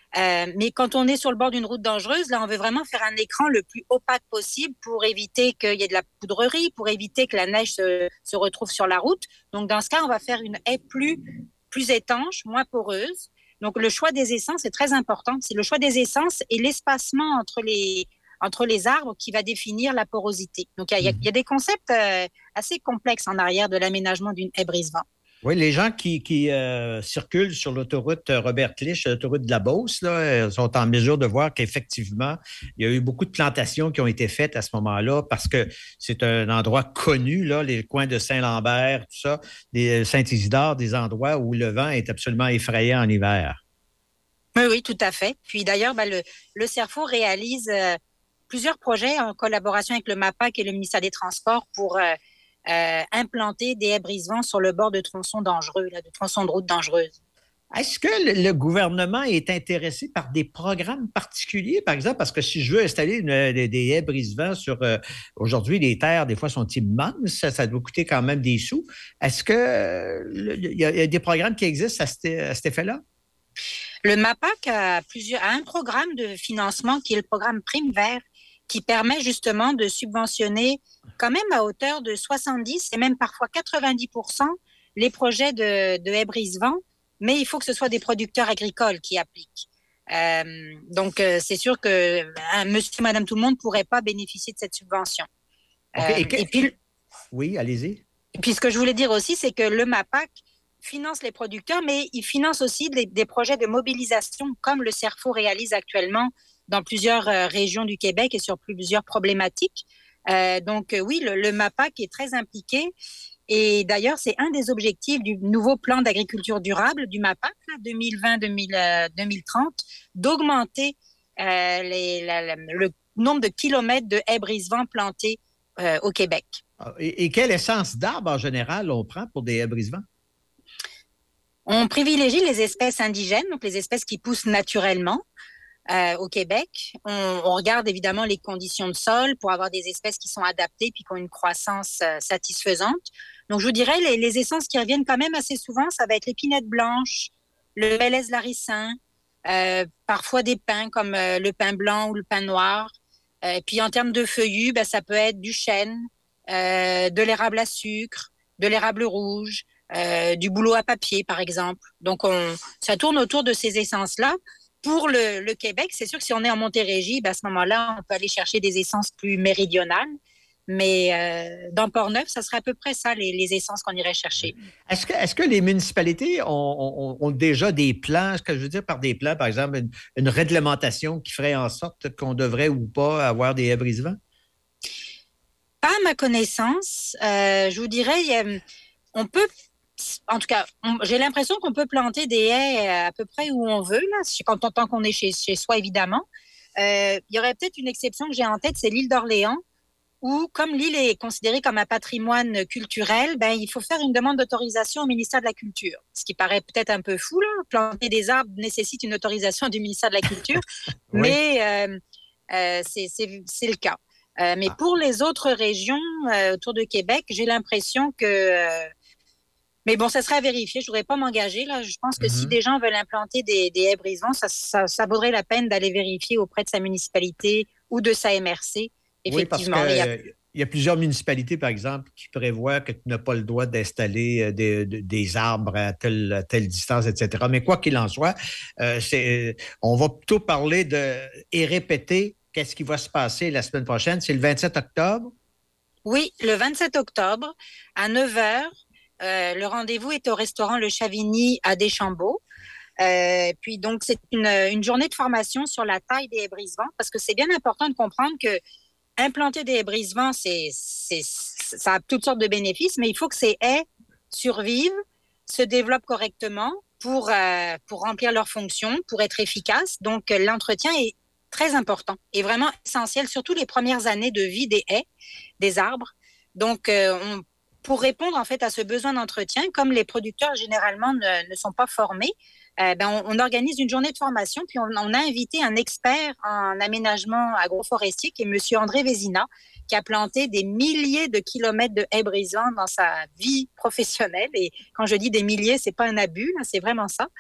S8: Euh, mais quand on est sur le bord d'une route dangereuse, là, on veut vraiment faire un écran le plus opaque possible pour éviter qu'il y ait de la poudrerie, pour éviter que la neige se, se retrouve sur la route. Donc, dans ce cas, on va faire une haie plus, plus étanche, moins poreuse. Donc, le choix des essences est très important. C'est le choix des essences et l'espacement entre les, entre les arbres qui va définir la porosité. Donc, il y, y, y a des concepts euh, assez complexes en arrière de l'aménagement d'une haie brise-vent.
S7: Oui, les gens qui, qui euh, circulent sur l'autoroute Robert Clich, l'autoroute de la Beauce, là, sont en mesure de voir qu'effectivement, il y a eu beaucoup de plantations qui ont été faites à ce moment-là parce que c'est un endroit connu, là, les coins de Saint-Lambert, tout ça, des Saint-Isidore, des endroits où le vent est absolument effrayant en hiver.
S8: Oui, oui, tout à fait. Puis d'ailleurs, ben, le, le CERFO réalise euh, plusieurs projets en collaboration avec le MAPAC et le ministère des Transports pour euh, Euh, implanter des haies brise-vent sur le bord de tronçons dangereux, là, de tronçons de route dangereuses.
S7: Est-ce que le, le gouvernement est intéressé par des programmes particuliers, par exemple? Parce que si je veux installer une, des, des haies brise-vent sur... Euh, aujourd'hui, les terres, des fois, sont immenses. Ça, ça doit coûter quand même des sous. Est-ce qu'il euh, y, y a des programmes qui existent à, cet, à cet effet-là?
S8: Le MAPAC a, plusieurs, a un programme de financement qui est le programme Prime Vert, qui permet justement de subventionner quand même à hauteur de soixante-dix et même parfois quatre-vingt-dix pour cent les projets de, de haies brise-vent, mais il faut que ce soit des producteurs agricoles qui appliquent. Euh, donc, euh, c'est sûr que euh, monsieur, madame, tout le monde ne pourrait pas bénéficier de cette subvention.
S7: Okay,
S8: euh,
S7: et, que...
S8: et puis,
S7: oui, allez-y.
S8: Et puis, ce que je voulais dire aussi, c'est que le MAPAC finance les producteurs, mais il finance aussi des, des projets de mobilisation, comme le CERFO réalise actuellement dans plusieurs euh, régions du Québec et sur plusieurs problématiques. Euh, donc euh, oui, le, le MAPAC est très impliqué et d'ailleurs, c'est un des objectifs du nouveau plan d'agriculture durable du MAPAC deux mille vingt à deux mille trente, d'augmenter euh, les, la, la, le nombre de kilomètres de haies brise-vent plantées euh, au Québec.
S7: Et, et quelle essence d'arbre en général on prend pour des haies brise-vent?
S8: On privilégie les espèces indigènes, donc les espèces qui poussent naturellement. Euh, au Québec, on, on regarde évidemment les conditions de sol pour avoir des espèces qui sont adaptées puis qui ont une croissance euh, satisfaisante. Donc, je vous dirais, les, les essences qui reviennent quand même assez souvent, ça va être l'épinette blanche, le mélèze laricin, euh, parfois des pins comme euh, le pin blanc ou le pin noir. Euh, et puis, en termes de feuillus, ben, ça peut être du chêne, euh, de l'érable à sucre, de l'érable rouge, euh, du bouleau à papier, par exemple. Donc, on, ça tourne autour de ces essences-là. Pour le, le Québec, c'est sûr que si on est en Montérégie, ben à ce moment-là, on peut aller chercher des essences plus méridionales. Mais euh, dans Port-Neuf, ça serait à peu près ça, les, les essences qu'on irait chercher.
S7: Est-ce que, est-ce que les municipalités ont, ont, ont déjà des plans, ce que je veux dire par des plans, par exemple, une, une réglementation qui ferait en sorte qu'on devrait ou pas avoir des haies brise-vent?
S8: Pas à ma connaissance. Euh, je vous dirais, il y a, on peut... En tout cas, on, j'ai l'impression qu'on peut planter des haies à peu près où on veut, là, quand, tant qu'on est chez, chez soi, évidemment. Euh, il y aurait peut-être une exception que j'ai en tête, c'est l'île d'Orléans, où, comme l'île est considérée comme un patrimoine culturel, ben, il faut faire une demande d'autorisation au ministère de la Culture. Ce qui paraît peut-être un peu fou, là. Planter des arbres nécessite une autorisation du ministère de la Culture, oui. mais euh, euh, c'est, c'est, c'est le cas. Euh, mais ah. pour les autres régions euh, autour de Québec, j'ai l'impression que... Euh, Mais bon, ça serait à vérifier. Je ne voudrais pas m'engager. Là. Je pense que mm-hmm. si des gens veulent implanter des, des haies brise-vent, ça, ça, ça vaudrait la peine d'aller vérifier auprès de sa municipalité ou de sa M R C. Effectivement.
S7: Oui, parce
S8: il,
S7: que, y a... il y a plusieurs municipalités, par exemple, qui prévoient que tu n'as pas le droit d'installer des, des arbres à telle, à telle distance, et cetera. Mais quoi qu'il en soit, euh, c'est, on va plutôt parler de et répéter qu'est-ce qui va se passer la semaine prochaine. C'est le vingt-sept octobre?
S8: Oui, le vingt-sept octobre, à neuf heures. Euh, le rendez-vous est au restaurant Le Chavigny à Deschambault. Euh, puis donc, c'est une, une journée de formation sur la taille des haies brise-vent parce que c'est bien important de comprendre que implanter des haies brise-vent, c'est, c'est, ça a toutes sortes de bénéfices, mais il faut que ces haies survivent, se développent correctement pour, euh, pour remplir leurs fonctions, pour être efficaces. Donc, l'entretien est très important et vraiment essentiel, surtout les premières années de vie des haies, des arbres. Donc, euh, on Pour répondre en fait à ce besoin d'entretien, comme les producteurs généralement ne, ne sont pas formés, euh, ben on, on organise une journée de formation, puis on, on a invité un expert en aménagement agroforestier qui est M. André Vézina, qui a planté des milliers de kilomètres de haies brise-vent dans sa vie professionnelle. Et quand je dis des milliers, c'est pas un abus, là, c'est vraiment ça.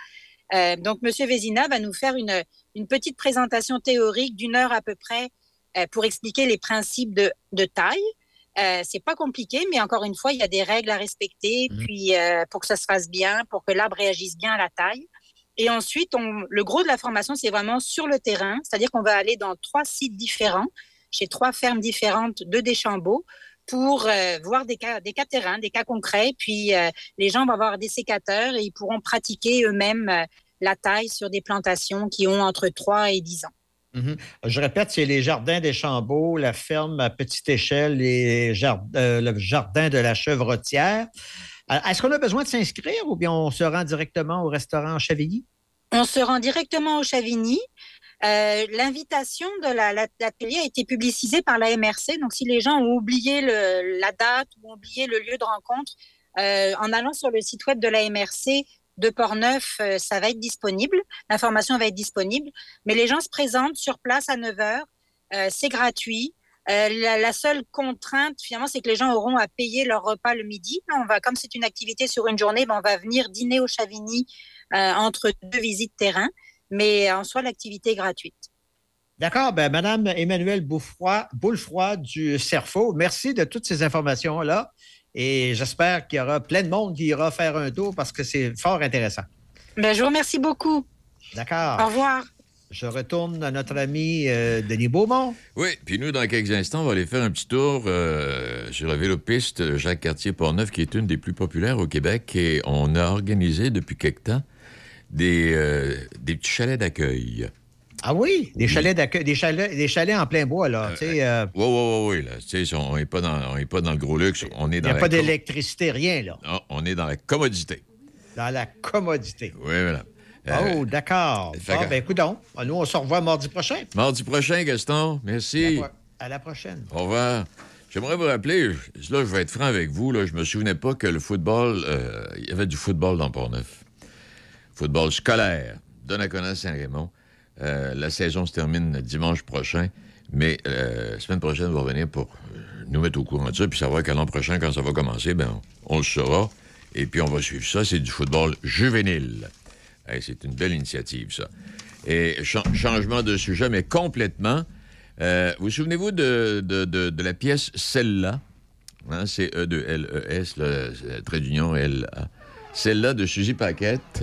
S8: Euh, donc, M. Vézina va nous faire une, une petite présentation théorique d'une heure à peu près euh, pour expliquer les principes de, de taille. Euh, c'est pas compliqué, mais encore une fois, il y a des règles à respecter, mmh. puis euh, pour que ça se fasse bien, pour que l'arbre réagisse bien à la taille. Et ensuite, on, le gros de la formation, c'est vraiment sur le terrain, c'est-à-dire qu'on va aller dans trois sites différents, chez trois fermes différentes de Deschambault, pour euh, voir des cas, des cas terrain, des cas concrets. Puis euh, les gens vont avoir des sécateurs et ils pourront pratiquer eux-mêmes euh, la taille sur des plantations qui ont entre trois et dix ans.
S7: Mm-hmm. Je répète, c'est les jardins Deschambault, la ferme à petite échelle, les jard- euh, le jardin de la Chevrotière. Est-ce qu'on a besoin de s'inscrire ou bien on se rend directement au restaurant Chavigny?
S8: On se rend directement au Chavigny. Euh, l'invitation de la, la, l'atelier a été publicisée par la M R C. Donc, si les gens ont oublié le, la date ou ont oublié le lieu de rencontre, euh, en allant sur le site web de la M R C de Portneuf, euh, ça va être disponible. L'information va être disponible. Mais les gens se présentent sur place à neuf heures. Euh, c'est gratuit. Euh, la, la seule contrainte, finalement, c'est que les gens auront à payer leur repas le midi. On va, comme c'est une activité sur une journée, ben, on va venir dîner au Chavigny euh, entre deux visites terrain. Mais en soi, l'activité est gratuite.
S7: D'accord. Ben, Madame Emmanuelle Bouffroy, Boulefroy du Cerfo, merci de toutes ces informations-là. Et j'espère qu'il y aura plein de monde qui ira faire un tour parce que c'est fort intéressant.
S8: Ben, je vous remercie beaucoup.
S7: D'accord.
S8: Au revoir.
S7: Je retourne à notre ami euh, Denis Beaumont.
S3: Oui, puis nous, dans quelques instants, on va aller faire un petit tour euh, sur la vélopiste Jacques-Cartier-Portneuf, qui est une des plus populaires au Québec. Et on a organisé depuis quelque temps Des, euh, des petits chalets d'accueil.
S7: Ah oui? Des chalets d'accueil, des chalets, des chalets en plein bois, là. Oui,
S3: euh, oui, oui, oui. Tu sais, on n'est pas, pas dans le gros luxe. On est dans
S7: Il n'y a
S3: la
S7: pas com... d'électricité, rien, là.
S3: Non, on est dans la commodité.
S7: Dans la commodité.
S3: Oui, voilà.
S7: Euh, oh, d'accord. Bon, que... ben, écoute donc. Nous, on se revoit mardi prochain.
S3: Mardi prochain, Gaston. Merci.
S7: À la prochaine.
S3: Au revoir. J'aimerais vous rappeler, là, je vais être franc avec vous, là, je me souvenais pas que le football, euh, il y avait du football dans Portneuf. Football scolaire, Donnacona-Saint-Raymond. Euh, la saison se termine dimanche prochain, mais euh, la semaine prochaine, on va revenir pour nous mettre au courant de ça, puis savoir qu'à l'an prochain, quand ça va commencer, ben, on, on le saura, et puis on va suivre ça. C'est du football juvénile. Hey, c'est une belle initiative, ça. Et ch- changement de sujet, mais complètement. Euh, vous souvenez-vous de, de, de, de la pièce Celle-là? Hein, c'est E deux L E S, le trait d'union L A. Celle-là de Suzy Paquette.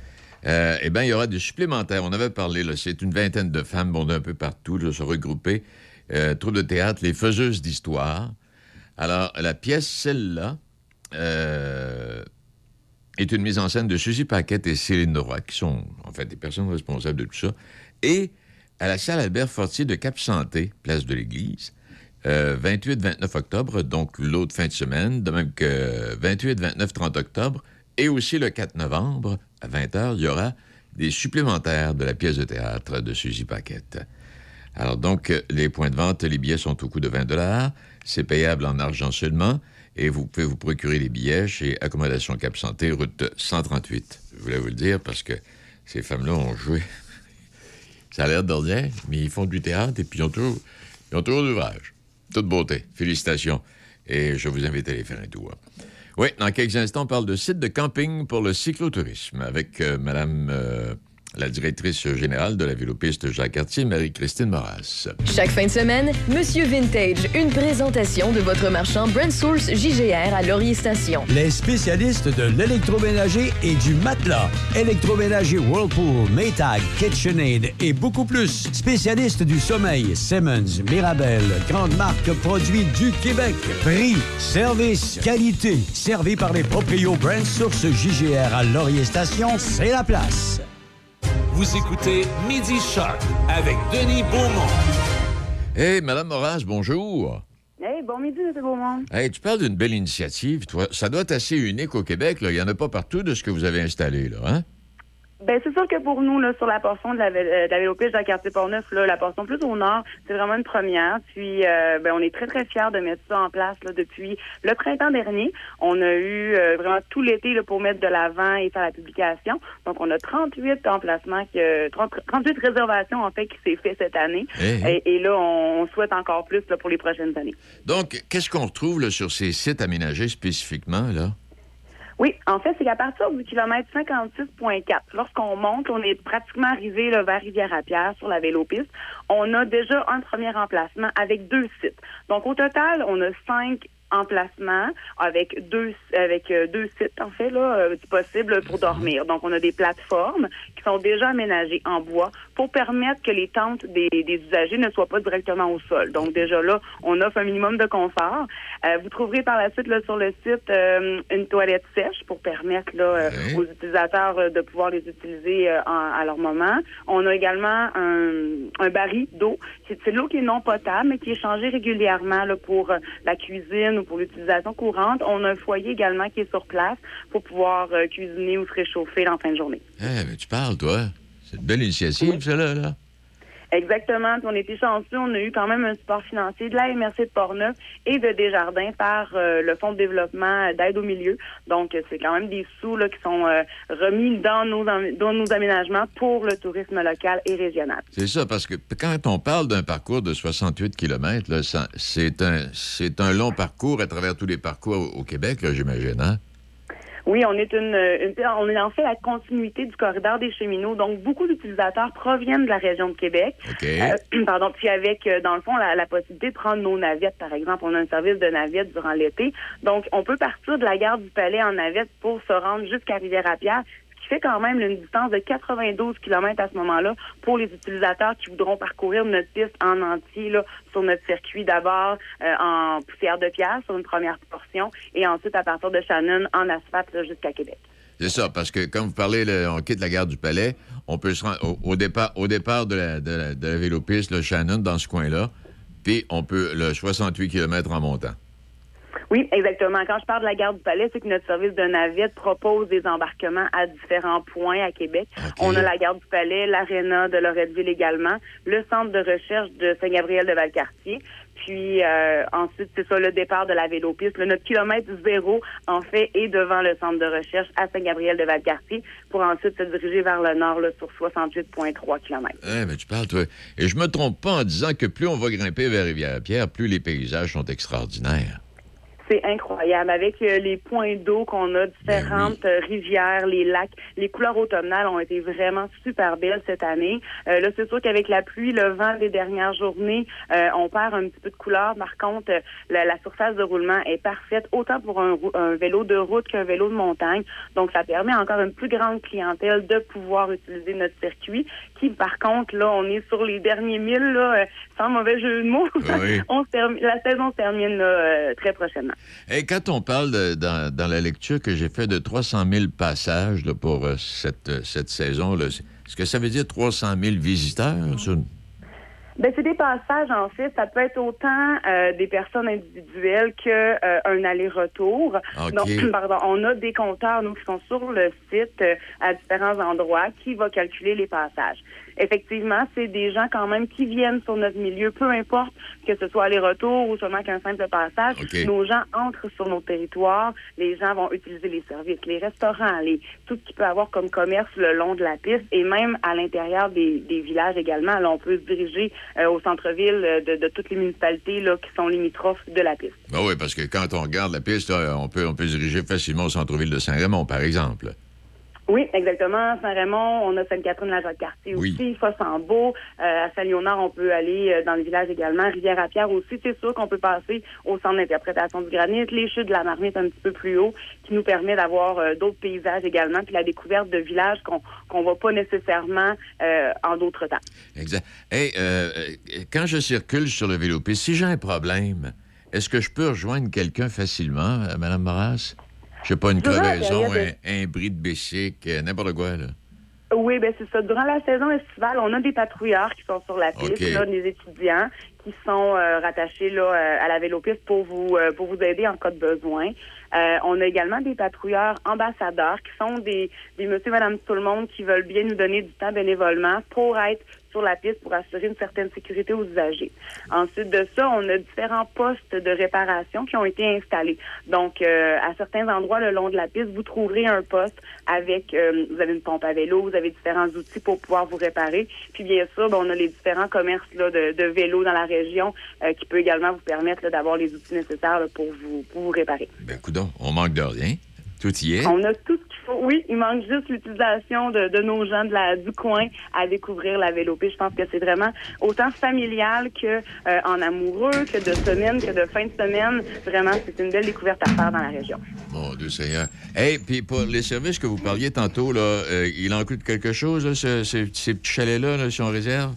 S3: Euh, eh bien, il y aura des supplémentaires. On avait parlé, là, c'est une vingtaine de femmes, bon, d'un peu partout, là, se regrouper. Euh, troupe de théâtre, les faiseuses d'histoire. Alors, la pièce, celle-là, euh, est une mise en scène de Suzy Paquette et Céline Roy, qui sont, en fait, des personnes responsables de tout ça. Et à la salle Albert Fortier de Cap-Santé, place de l'Église, euh, vingt-huit vingt-neuf octobre, donc l'autre fin de semaine, de même que vingt-huit vingt-neuf trente octobre, et aussi le quatre novembre, à vingt heures, il y aura des supplémentaires de la pièce de théâtre de Suzy Paquette. Alors donc, les points de vente, les billets sont au coût de vingt dollars. C'est payable en argent seulement. Et vous pouvez vous procurer les billets chez Accommodation Cap-Santé, route cent trente-huit. Je voulais vous le dire parce que ces femmes-là ont joué. Ça a l'air d'ordinaire, mais ils font du théâtre et puis ils ont toujours, ils ont toujours d'ouvrage. Toute beauté. Félicitations. Et je vous invite à aller faire un tour. Oui, dans quelques instants, on parle de site de camping pour le cyclotourisme avec euh, Madame euh, la directrice générale de la vélopiste Jacques-Cartier, Marie-Christine Moras.
S6: Chaque fin de semaine, Monsieur Vintage, une présentation de votre marchand Brand Source J G R à Laurier Station.
S9: Les spécialistes de l'électroménager et du matelas. Électroménager Whirlpool, Maytag, KitchenAid et beaucoup plus. Spécialistes du sommeil, Simmons, Mirabel, grande marque produits du Québec. Prix, service, qualité. Servi par les proprios Brand Source J G R à Laurier Station, c'est la place.
S2: Vous écoutez Midi Choc avec Denis Beaumont.
S3: Hey, Madame Moras, bonjour.
S10: Hey, bon midi, M. Beaumont.
S3: Hey, tu parles d'une belle initiative, toi. Ça doit être assez unique au Québec, là. Il n'y en a pas partout de ce que vous avez installé, là, hein?
S10: Ben c'est sûr que pour nous, là, sur la portion de la, de la vélopiste de la quartier Portneuf, là, la portion plus au nord, c'est vraiment une première. Puis, euh, ben, on est très, très fiers de mettre ça en place là, depuis le printemps dernier. On a eu euh, vraiment tout l'été là, pour mettre de l'avant et faire la publication. Donc, on a trente-huit emplacements, que, trente, trente-huit réservations, en fait, qui s'est fait cette année. Hey. Et, et là, on, on souhaite encore plus là, pour les prochaines années.
S3: Donc, qu'est-ce qu'on retrouve là, sur ces sites aménagés spécifiquement, là?
S10: Oui, en fait, c'est qu'à partir du kilomètre cinquante-six virgule quatre, lorsqu'on monte, on est pratiquement arrivé là, vers Rivière-à-Pierre sur la vélopiste. On a déjà un premier emplacement avec deux sites. Donc, au total, on a cinq emplacements avec deux avec euh, deux sites en fait là euh, possible pour dormir. Donc on a des plateformes qui sont déjà aménagées en bois pour permettre que les tentes des, des usagers ne soient pas directement au sol. Donc déjà là, on offre un minimum de confort. Euh, vous trouverez par la suite là sur le site euh, une toilette sèche pour permettre là euh, aux utilisateurs euh, de pouvoir les utiliser euh, en, à leur moment. On a également un, un baril d'eau. C'est, c'est de l'eau qui est non potable mais qui est changée régulièrement là, pour euh, la cuisine ou pour l'utilisation courante. On a un foyer également qui est sur place pour pouvoir euh, cuisiner ou se réchauffer en fin de journée.
S3: Eh, mais tu parles, toi. C'est une belle initiative, oui. ça, là, là.
S10: Exactement. Puis on était chanceux. On a eu quand même un support financier de la M R C de Portneuf et de Desjardins par euh, le Fonds de développement d'aide au milieu. Donc, c'est quand même des sous là, qui sont euh, remis dans nos, dans nos aménagements pour le tourisme local et régional.
S3: C'est ça, parce que quand on parle d'un parcours de soixante-huit kilomètres, là, ça, c'est, un, c'est un long parcours à travers tous les parcours au, au Québec, là, j'imagine, hein?
S10: Oui, on est une, une, on est en fait la continuité du corridor des cheminots. Donc, beaucoup d'utilisateurs proviennent de la région de Québec.
S3: Okay.
S10: Euh, pardon. Puis avec, dans le fond, la, la possibilité de prendre nos navettes, par exemple. On a un service de navettes durant l'été. Donc, on peut partir de la gare du Palais en navette pour se rendre jusqu'à Rivière-à-Pierre, qui fait quand même une distance de quatre-vingt-douze kilomètres à ce moment-là pour les utilisateurs qui voudront parcourir notre piste en entier là, sur notre circuit, d'abord euh, en poussière de pierre sur une première portion et ensuite à partir de Shannon en asphalte là, jusqu'à Québec.
S3: C'est ça, parce que quand vous parlez, là, on quitte la gare du Palais, on peut se rendre au, au départ, au départ de la, de la, de la vélopiste, le Shannon, dans ce coin-là, puis on peut le soixante-huit kilomètres en montant.
S10: Oui, exactement. Quand je parle de la gare du Palais, c'est que notre service de navette propose des embarquements à différents points à Québec. Okay. On a la gare du Palais, l'aréna de Loretteville également, le centre de recherche de Saint-Gabriel de Valcartier. Puis euh, ensuite, c'est ça, le départ de la vélopiste. Le, notre kilomètre zéro, en fait, est devant le centre de recherche à Saint-Gabriel de Valcartier pour ensuite se diriger vers le nord là, sur soixante-huit virgule trois kilomètres.
S3: Eh, mais tu parles, toi. Et je me trompe pas en disant que plus on va grimper vers Rivière-à-Pierre, plus les paysages sont extraordinaires.
S10: C'est incroyable. Avec euh, les points d'eau qu'on a, différentes ben oui. euh, rivières, les lacs, les couleurs automnales ont été vraiment super belles cette année. Euh, là, c'est sûr qu'avec la pluie, le vent des dernières journées, euh, on perd un petit peu de couleur. Par contre, euh, la, la surface de roulement est parfaite, autant pour un, un vélo de route qu'un vélo de montagne. Donc, ça permet encore une plus grande clientèle de pouvoir utiliser notre circuit, qui, par contre, là, on est sur les derniers milles, là, euh, sans mauvais jeu de mots. Oui. on se termine, la saison se termine là, euh, très prochainement.
S3: Et quand on parle de, dans, dans la lecture que j'ai fait de trois cent mille passages là, pour euh, cette, euh, cette saison, là, est-ce que ça veut dire trois cent mille visiteurs, ça?
S10: Ben c'est des passages, en fait. Ça peut être autant euh, des personnes individuelles qu'un euh, aller-retour.
S3: Okay.
S10: Donc, pardon, on a des compteurs, nous, qui sont sur le site euh, à différents endroits qui va calculer les passages. Effectivement, c'est des gens quand même qui viennent sur notre milieu, peu importe que ce soit aller-retour ou seulement qu'un simple passage.
S3: Okay.
S10: Nos gens entrent sur nos territoires, les gens vont utiliser les services, les restaurants, les tout ce qu'il peut avoir comme commerce le long de la piste et même à l'intérieur des, des villages également. Là, on peut se diriger euh, au centre-ville de, de toutes les municipalités là, qui sont limitrophes de la piste.
S3: Ben oui, parce que quand on regarde la piste, là, on peut on peut se diriger facilement au centre-ville de Saint-Raymond, par exemple.
S10: Oui, exactement. Saint-Raymond, on a Sainte-Catherine-la-Jacques-Cartier
S3: oui.
S10: aussi, Fosse-en-Beau. Euh, à Saint-Léonard, on peut aller euh, dans le village également. Rivière-à-Pierre aussi. C'est sûr qu'on peut passer au centre d'interprétation du granit, les chutes de la Marmite un petit peu plus haut, qui nous permet d'avoir euh, d'autres paysages également, puis la découverte de villages qu'on qu'on voit pas nécessairement euh, en d'autres temps.
S3: Exact. Hey, euh, quand je circule sur le vélo-piste, si j'ai un problème, est-ce que je peux rejoindre quelqu'un facilement, euh, Mme Moras? Je sais pas, une
S10: Durant
S3: crevaison,
S10: de...
S3: un, un bris de bicycle, n'importe quoi, là.
S10: Oui, bien, c'est ça. Durant la saison estivale, on a des patrouilleurs qui sont sur la piste,
S3: okay.
S10: là, des étudiants qui sont euh, rattachés là, à la vélopiste pour vous euh, pour vous aider en cas de besoin. Euh, on a également des patrouilleurs ambassadeurs qui sont des, des monsieur, madame, tout le monde qui veulent bien nous donner du temps bénévolement pour être sur la piste pour assurer une certaine sécurité aux usagers. Ensuite de ça, on a différents postes de réparation qui ont été installés. Donc, euh, à certains endroits le long de la piste, vous trouverez un poste avec, euh, vous avez une pompe à vélo, vous avez différents outils pour pouvoir vous réparer. Puis bien sûr, ben, on a les différents commerces là, de, de vélos dans la région euh, qui peut également vous permettre là, d'avoir les outils nécessaires là, pour, vous, pour vous réparer.
S3: Ben, coudonc, on manque de rien. Tout y est?
S10: On a tout ce qu'il faut. Oui, il manque juste l'utilisation de, de nos gens de la, du coin à découvrir la Vélopiste. Je pense que c'est vraiment autant familial que euh, en amoureux, que de semaine, que de fin de semaine. Vraiment, c'est une belle découverte à faire dans la région.
S3: Mon Dieu Seigneur. Hey, puis pour les services que vous parliez tantôt, là, euh, il en coûte quelque chose, là, ce, ce, ces petits chalets-là, là, si on réserve?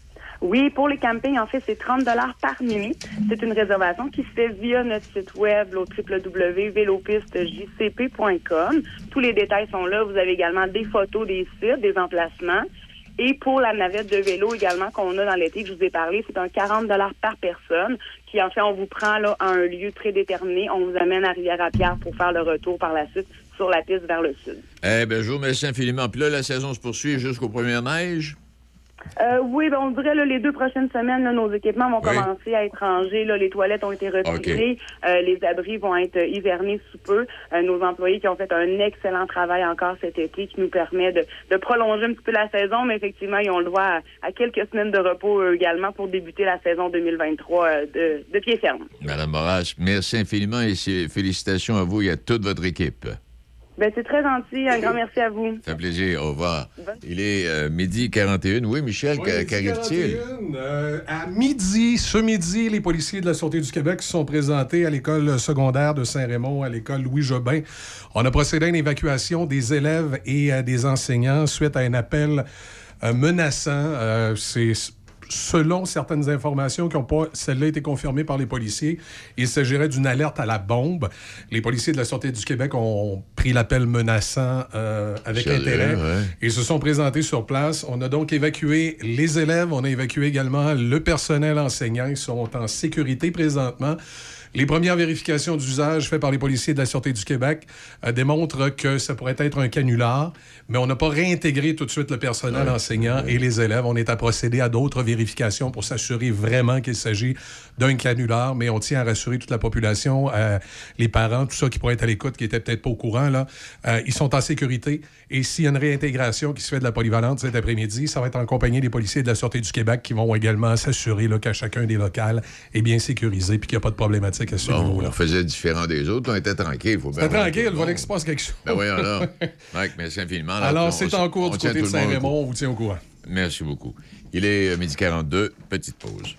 S10: Oui, pour les campings, en fait, c'est trente dollars par nuit. C'est une réservation qui se fait via notre site web au w w w point vélopiste j c p point com. Tous les détails sont là. Vous avez également des photos des sites, des emplacements. Et pour la navette de vélo également qu'on a dans l'été que je vous ai parlé, c'est un quarante dollars par personne qui, en fait, on vous prend là à un lieu prédéterminé. On vous amène à Rivière-à-Pierre pour faire le retour par la suite sur la piste vers le sud.
S3: Eh bien, je vous remercie infiniment. Puis là, la saison se poursuit jusqu'aux premières neiges?
S10: Euh, oui, ben on dirait là, les deux prochaines semaines, là, nos équipements vont
S3: oui.
S10: commencer à être rangés. Là, les toilettes ont été retirées.
S3: Okay.
S10: Euh, les abris vont être hivernés sous peu. Euh, nos employés qui ont fait un excellent travail encore cet été qui nous permet de, de prolonger un petit peu la saison, mais effectivement, ils ont le droit à, à quelques semaines de repos euh, également pour débuter la saison deux mille vingt-trois euh, de, de pied ferme.
S3: Madame Moras, merci infiniment et félicitations à vous et à toute votre équipe.
S10: Ben, c'est très gentil. Un grand merci à vous.
S3: Ça fait plaisir. Au revoir. Bon. Il est euh, midi quarante et un. Oui, Michel,
S11: oui,
S3: qu'arrive-t-il?
S11: Euh, à midi, ce midi, les policiers de la Sûreté du Québec se sont présentés à l'école secondaire de Saint-Raymond, à l'école Louis-Jobin. On a procédé à une évacuation des élèves et euh, des enseignants suite à un appel euh, menaçant. Euh, c'est... Selon certaines informations qui n'ont pas, celle-là, été confirmée par les policiers, il s'agirait d'une alerte à la bombe. Les policiers de la Sûreté du Québec ont pris l'appel menaçant euh, avec Sérieux, intérêt ouais. et se sont présentés sur place. On a donc évacué les élèves, on a évacué également le personnel enseignant. Ils sont en sécurité présentement. Les premières vérifications d'usage faites par les policiers de la Sûreté du Québec euh, démontrent que ça pourrait être un canular, mais on n'a pas réintégré tout de suite le personnel ouais. enseignant ouais. et les élèves. On est à procéder à d'autres vérifications pour s'assurer vraiment qu'il s'agit d'un canular, mais on tient à rassurer toute la population, euh, les parents, tout ça qui pourrait être à l'écoute, qui n'étaient peut-être pas au courant, là. Euh, ils sont en sécurité et s'il y a une réintégration qui se fait de la polyvalente cet après-midi, ça va être en compagnie des policiers de la Sûreté du Québec qui vont également s'assurer là, qu'à chacun des locales est bien sécurisé puis qu'il n'y a pas de problématique. À ce
S3: bon, on faisait différent des autres, on était tranquille.
S11: C'était tranquille, il fallait qu'il se passe quelque chose.
S3: Ben oui, alors. Mike, merci infiniment. Alors,
S11: alors
S3: on,
S11: c'est
S3: on,
S11: en cours du côté de Saint-Raymond, on vous tient au courant.
S3: Merci beaucoup. Il est midi quarante-deux, petite pause.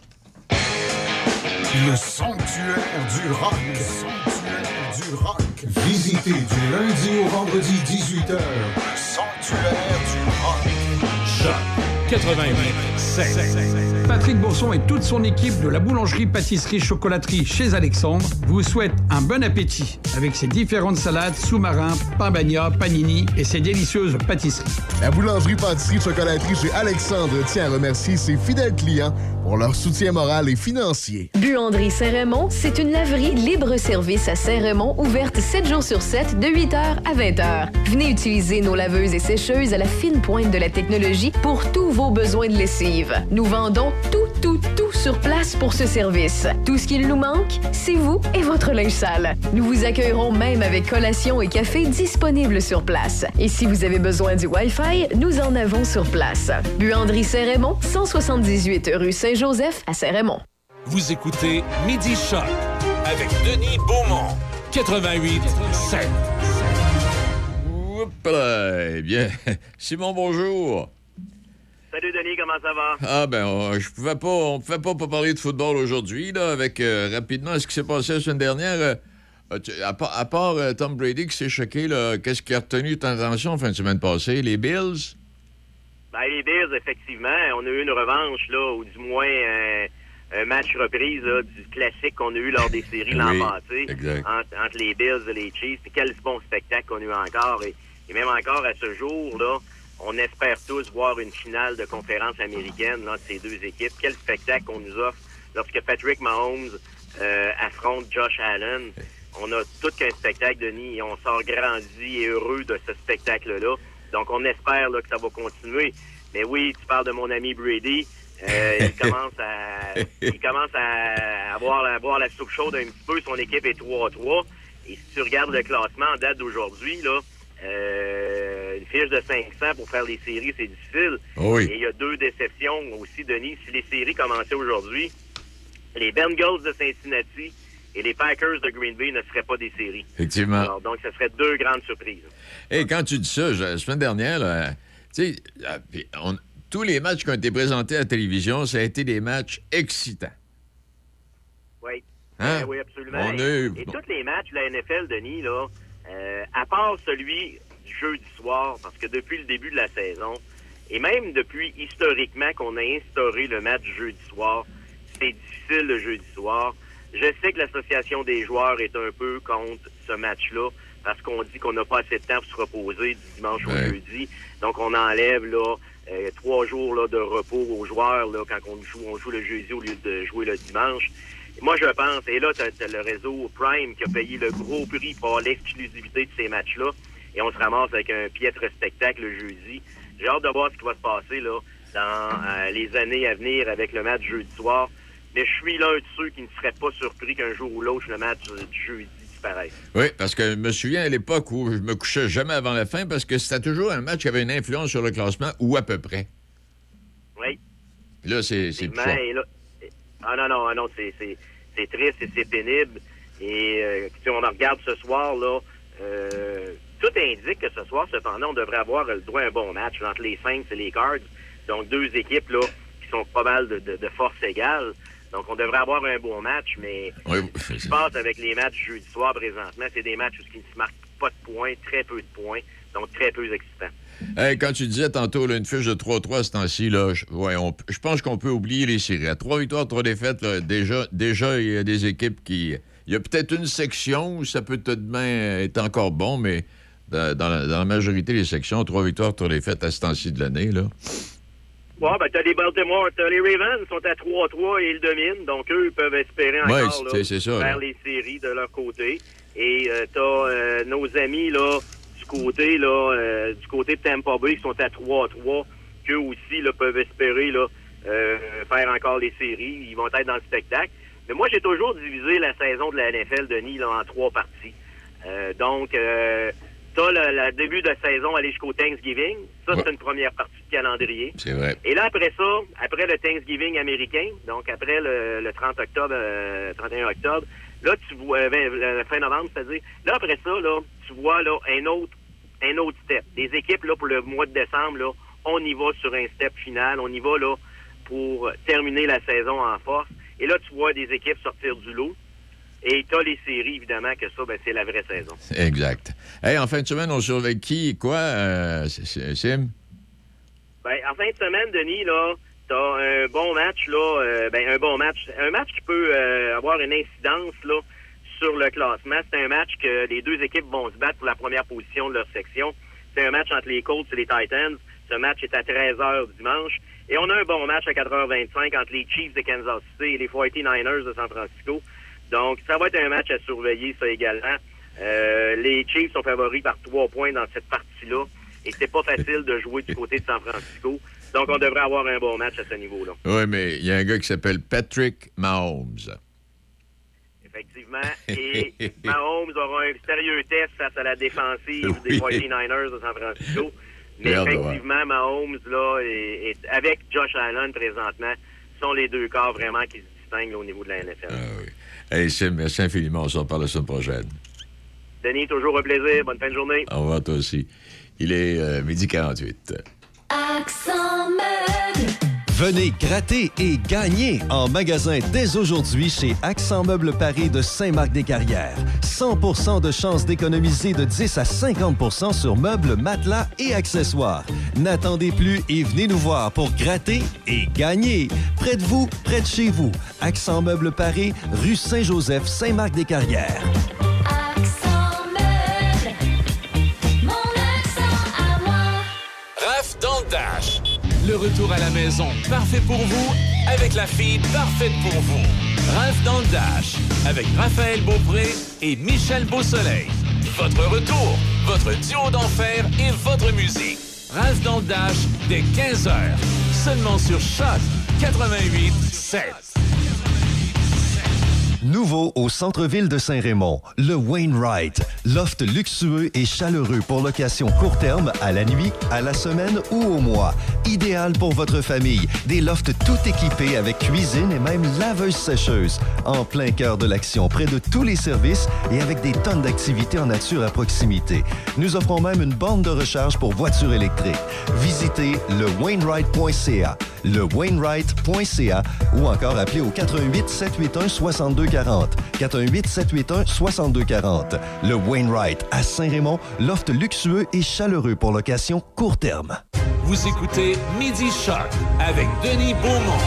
S12: Le sanctuaire du rock. Le sanctuaire du rock. Visitez du lundi au vendredi dix-huit heures. Le sanctuaire du rock.
S2: Choc quatre-vingt-huit sept.
S13: Patrick Bourson et toute son équipe de la boulangerie-pâtisserie-chocolaterie chez Alexandre vous souhaitent un bon appétit avec ses différentes salades, sous-marins, pain bagna, panini et ses délicieuses pâtisseries.
S14: La boulangerie-pâtisserie-chocolaterie chez Alexandre tient à remercier ses fidèles clients pour leur soutien moral et financier.
S6: Buanderie Saint-Raymond, c'est une laverie libre-service à Saint-Raymond, ouverte sept jours sur sept, de huit heures à vingt heures. Venez utiliser nos laveuses et sécheuses à la fine pointe de la technologie pour tous vos besoins de lessive. Nous vendons tout, tout, tout sur place pour ce service. Tout ce qu'il nous manque, c'est vous et votre linge sale. Nous vous accueillerons même avec collation et café disponibles sur place. Et si vous avez besoin du Wi-Fi, nous en avons sur place. Buanderie Saint-Raymond, cent soixante-dix-huit rue Saint-Joseph à Saint-Raymond.
S2: Vous écoutez Midi Choc avec Denis Beaumont, quatre-vingt-huit sept.
S3: Oups là, eh bien, Simon, bonjour.
S15: Salut Denis, comment ça va?
S3: Ah ben, on, je pouvais pas, on pouvait pas, pas parler de football aujourd'hui, là, avec euh, rapidement ce qui s'est passé la semaine dernière. Euh, tu, à, part, à part euh, Tom Brady qui s'est choqué, là, qu'est-ce qui a retenu ton attention en fin de semaine passée? Les Bills?
S15: Ben, les Bills, effectivement, on a eu une revanche, là, ou du moins euh, un match reprise là, du classique qu'on a eu lors des séries l'an
S3: oui,
S15: passé, entre, entre les Bills et les Chiefs. Puis quel bon spectacle qu'on a eu encore. Et, et même encore à ce jour, là, on espère tous voir une finale de conférence américaine là, de ces deux équipes. Quel spectacle qu'on nous offre lorsque Patrick Mahomes euh, affronte Josh Allen. On a tout qu'un spectacle, Denis, et on sort grandi et heureux de ce spectacle-là. Donc, on espère là, que ça va continuer. Mais oui, tu parles de mon ami Brady. Euh, il commence à il commence à avoir, à avoir la soupe chaude un petit peu. Son équipe est trois à trois. Et si tu regardes le classement en date d'aujourd'hui, là, euh, une fiche de cinq cents pour faire les séries, c'est difficile.
S3: Oui.
S15: Et il y a deux déceptions aussi, Denis. Si les séries commençaient aujourd'hui, les Bengals de Cincinnati et les Packers de Green Bay ne seraient pas des séries.
S3: Effectivement.
S15: Alors, donc, ce serait deux grandes surprises.
S3: Et quand tu dis ça, je, la semaine dernière, là, tu sais, on, tous les matchs qui ont été présentés à la télévision, ça a été des matchs excitants.
S15: Oui.
S3: Hein?
S15: Euh, oui, absolument.
S3: On
S15: et,
S3: est...
S15: et tous les matchs de la N F L, Denis, là, euh, à part celui du jeudi soir, parce que depuis le début de la saison, et même depuis historiquement qu'on a instauré le match du jeudi soir, c'est difficile le jeudi soir. Je sais que l'association des joueurs est un peu contre ce match-là, parce qu'on dit qu'on n'a pas assez de temps pour se reposer du dimanche
S3: ouais.
S15: au jeudi. Donc, on enlève là euh, trois jours là, de repos aux joueurs là, quand on joue, on joue le jeudi au lieu de jouer le dimanche. Moi, je pense, et là, tu as le réseau Prime qui a payé le gros prix pour avoir l'exclusivité de ces matchs-là, et on se ramasse avec un piètre spectacle le jeudi. J'ai hâte de voir ce qui va se passer là dans euh, les années à venir avec le match jeudi soir. Mais je suis l'un de ceux qui ne seraient pas surpris qu'un jour ou l'autre, le match du jeudi disparaisse.
S3: Oui, parce que je me souviens à l'époque où je me couchais jamais avant la fin parce que c'était toujours un match qui avait une influence sur le classement, ou à peu près.
S15: Oui.
S3: Là, c'est c'est plus ça.
S15: Là, ah non, non, ah non, c'est, c'est, c'est triste et c'est pénible. Et euh, si on en regarde ce soir, là, euh, tout indique que ce soir, cependant, on devrait avoir le droit à un bon match entre les Saints et les Cards. Donc, deux équipes là qui sont pas mal de, de, de force égale. Donc, on devrait avoir un bon match, mais
S3: oui.
S15: ce qui se passe avec les matchs jeudi soir présentement, c'est des matchs où il ne se marque pas de points, très peu de points, donc très peu excitants.
S3: Hey, quand tu disais tantôt là, une fiche de trois trois ce temps-ci, là, je, ouais, on, je pense qu'on peut oublier les séries. À trois victoires, trois défaites, là, déjà, déjà, il y a des équipes qui... Il y a peut-être une section où ça peut tout de même être encore bon, mais dans, dans, la, dans la majorité des sections, trois victoires, trois défaites à ce temps-ci de l'année, là...
S15: Ouais, ben, t'as les Baltimore, t'as les Ravens, sont à trois trois et ils dominent. Donc, eux, ils peuvent espérer encore
S3: ouais,
S15: là,
S3: c'est, c'est ça,
S15: faire
S3: là.
S15: les séries de leur côté. Et euh, t'as euh, nos amis, là, du côté, là, euh, du côté de Tampa Bay, qui sont à trois trois, qu'eux aussi, là, peuvent espérer, là, euh, faire encore les séries. Ils vont être dans le spectacle. Mais moi, j'ai toujours divisé la saison de la N F L, Denis, là, en trois parties. Euh, donc, euh, t'as le, le début de saison aller jusqu'au Thanksgiving. Ça, ouais. C'est une première partie de calendrier.
S3: C'est vrai.
S15: Et là, après ça, après le Thanksgiving américain, donc après le, le trente octobre, euh, trente et un octobre, là, tu vois, euh, fin novembre, c'est-à-dire, là, après ça, là, tu vois, là, un autre, un autre step. Des équipes, là, pour le mois de décembre, là, on y va sur un step final. On y va, là, pour terminer la saison en force. Et là, tu vois des équipes sortir du lot. Et t'as les séries, évidemment, que ça, ben, c'est la vraie saison.
S3: Exact. Hey, en fin de semaine, on surveille qui, quoi, euh, Sim?
S15: Ben, en fin de semaine, Denis, là, t'as un bon match, là, euh, ben, un bon match. Un match qui peut euh, avoir une incidence, là, sur le classement. C'est un match que les deux équipes vont se battre pour la première position de leur section. C'est un match entre les Colts et les Titans. Ce match est à treize heures dimanche. Et on a un bon match à quatre heures vingt-cinq entre les Chiefs de Kansas City et les forty-niners de San Francisco. Donc, ça va être un match à surveiller, ça également. Euh, les Chiefs sont favoris par trois points dans cette partie-là. Et c'est pas facile de jouer du côté de San Francisco. Donc, on devrait avoir un bon match à ce niveau-là.
S3: Oui, mais il y a un gars qui s'appelle Patrick Mahomes.
S15: Effectivement. Et Mahomes aura un sérieux test face à la défensive oui. des forty-niners de San Francisco. Mais Merde, effectivement, ouais. Mahomes, là, est, est, avec Josh Allen présentement, sont les deux corps vraiment qui se distinguent là, au niveau de la N F L.
S3: Ah oui. Hey, Sim, merci infiniment. On se reparle la semaine prochaine.
S15: Denis, toujours un plaisir. Bonne fin de journée.
S3: Au revoir, toi aussi. Il est euh, midi quarante-huit.
S16: Accent Meubles.
S5: Venez gratter et gagner en magasin dès aujourd'hui chez Accent Meubles Paris de Saint-Marc-des-Carrières. cent pour cent de chance d'économiser de dix à cinquante pour cent sur meubles, matelas et accessoires. N'attendez plus et venez nous voir pour gratter et gagner. Près de vous, près de chez vous. Accent Meubles Paris, rue Saint-Joseph, Saint-Marc-des-Carrières.
S16: Accent Meubles, mon accent à moi.
S2: Raph dans le Dash. Le retour à la maison, parfait pour vous, avec la fille parfaite pour vous. Raph dans le Dash, avec Raphaël Beaupré et Michel Beausoleil. Votre retour, votre duo d'enfer et votre musique. Raph dans le Dash, dès quinze heures, seulement sur Choc quatre-vingt-huit sept.
S5: Nouveau au centre-ville de Saint-Raymond, le Wainwright. Loft luxueux et chaleureux pour location court terme, à la nuit, à la semaine ou au mois. Idéal pour votre famille. Des lofts tout équipés avec cuisine et même laveuse-sécheuse. En plein cœur de l'action, près de tous les services et avec des tonnes d'activités en nature à proximité. Nous offrons même une borne de recharge pour voitures électriques. Visitez le wainwright point c a, le wainwright point c a ou encore appelez au quatre un huit, sept huit un, six deux quatre zéro. quatre un huit, sept huit un, six deux quatre zéro. Le Wainwright à Saint-Raymond, loft luxueux et chaleureux pour location court terme.
S2: Vous écoutez Midi Choc avec Denis Beaumont.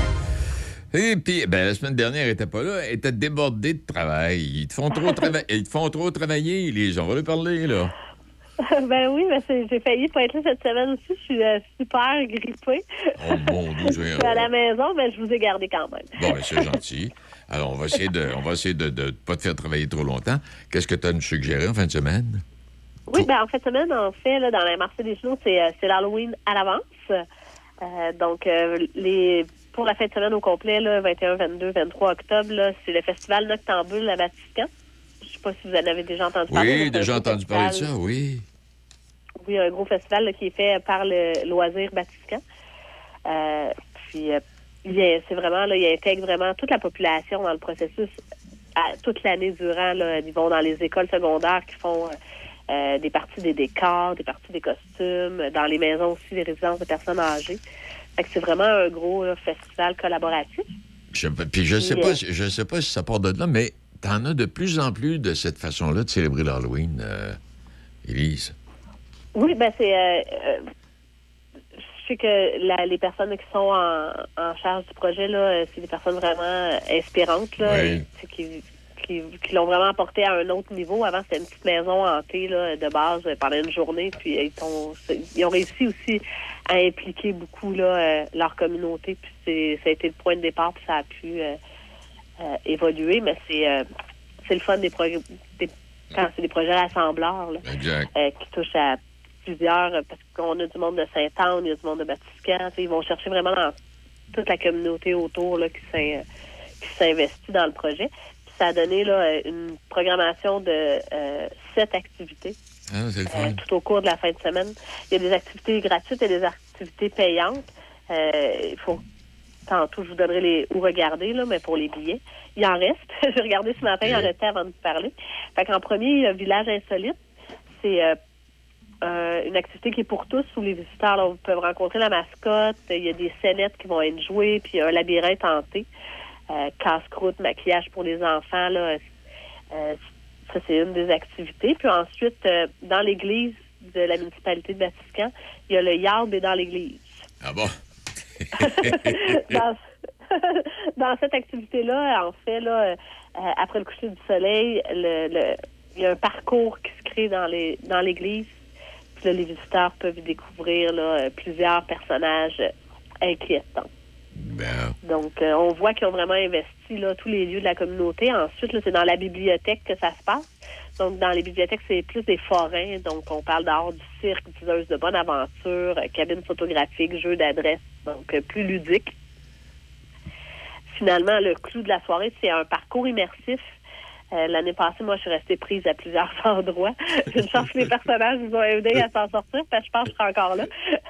S3: Et puis, ben, la semaine dernière, elle était pas là. Elle était débordée de travail. Ils te font trop, trava- Ils te font trop travailler, les gens. On va lui parler, là.
S17: Ben oui, mais c'est- j'ai failli pas être là cette semaine aussi. Je suis euh, super grippée.
S3: Oh mon Dieu,
S17: Je suis à la maison, mais je vous ai gardé quand même.
S3: Bon, ben, c'est gentil. Alors, on va essayer de on va essayer de ne pas te faire travailler trop longtemps. Qu'est-ce que tu as à nous suggérer en fin de semaine?
S17: Oui, ben en fin de semaine, en fait, là, dans la marché des Chenaux, c'est, euh, c'est l'Halloween à l'avance. Euh, donc, euh, les pour la fin de semaine au complet, là, vingt et un, vingt-deux, vingt-trois octobre, là, c'est le festival Noctambule à Vatican. Je sais pas si vous en avez déjà entendu parler.
S3: Oui,
S17: mais c'est
S3: déjà
S17: un
S3: entendu
S17: festival-
S3: parler de ça, oui.
S17: Oui, un gros festival là, qui est fait par le Loisir Vatican. Euh, puis, euh, il est- c'est vraiment, là, il intègre vraiment toute la population dans le processus à- toute l'année durant. Là, ils vont dans les écoles secondaires qui font euh, euh, des parties des décors, des parties des costumes, dans les maisons aussi, les résidences de personnes âgées. Fait que c'est vraiment un gros là, festival collaboratif.
S3: Je, puis je sais
S17: Puis,
S3: pas,
S17: euh,
S3: si- je sais pas si ça part de là, mais t'en as de plus en plus de cette façon-là de célébrer l'Halloween, euh, Élise.
S17: Oui, ben c'est. Euh, euh, je sais que la- les personnes qui sont en, en charge du projet, là, euh, c'est des personnes vraiment euh, inspirantes, là,
S3: Oui.
S17: et, tu sais, qui, qui, qui l'ont vraiment apporté à un autre niveau. Avant, c'était une petite maison hantée là, de base euh, pendant une journée, puis euh, ils ont, ils ont réussi aussi à impliquer beaucoup là, euh, leur communauté, puis c'est, ça a été le point de départ, puis ça a pu euh, euh, évoluer, mais c'est, euh, c'est le fun des projets, des- quand c'est des projets rassembleurs là,
S3: Exact.
S17: euh, qui touchent à plusieurs, euh, parce qu'on a du monde de Sainte-Anne, il y a du monde de Batiscan. Tu sais, ils vont chercher vraiment dans toute la communauté autour là, qui, s'in- qui s'investit dans le projet. Puis ça a donné là, une programmation de euh, sept activités
S3: Ah, c'est le
S17: euh,
S3: fun.
S17: tout au cours de la fin de semaine. Il y a des activités gratuites et des activités payantes. Euh, il faut tantôt, je vous donnerai les où regarder, là, mais pour les billets. Il en reste. J'ai regardé ce matin, il en restait avant de vous parler. Fait qu'en premier, le village insolite, c'est euh, euh, une activité qui est pour tous, où les visiteurs là, peuvent rencontrer la mascotte. Il y a des scénettes qui vont être jouées, puis un labyrinthe hanté, euh, casse-croûte, maquillage pour les enfants. Là, euh, ça, c'est une des activités. Puis ensuite, euh, dans l'église de la municipalité de Vatican, il y a le yard et dans l'église.
S3: Ah bon?
S17: dans, dans cette activité-là, en fait, là, euh, après le coucher du soleil, le, le, il y a un parcours qui se crée dans les dans l'église. Puis là, les visiteurs peuvent y découvrir là, plusieurs personnages inquiétants.
S3: Ben,
S17: Donc, euh, on voit qu'ils ont vraiment investi là, tous les lieux de la communauté. Ensuite, là, c'est dans la bibliothèque que ça se passe. Donc, dans les bibliothèques, c'est plus des forains. Donc, on parle d'art du cirque, diseuse de bonne aventure, euh, cabine photographique, jeu d'adresse, donc euh, plus ludique. Finalement, le clou de la soirée, c'est un parcours immersif. Euh, l'année passée, moi, je suis restée prise à plusieurs endroits. J'ai une chance que les personnages nous ont aidés à s'en sortir, parce que je pense que je serai encore là.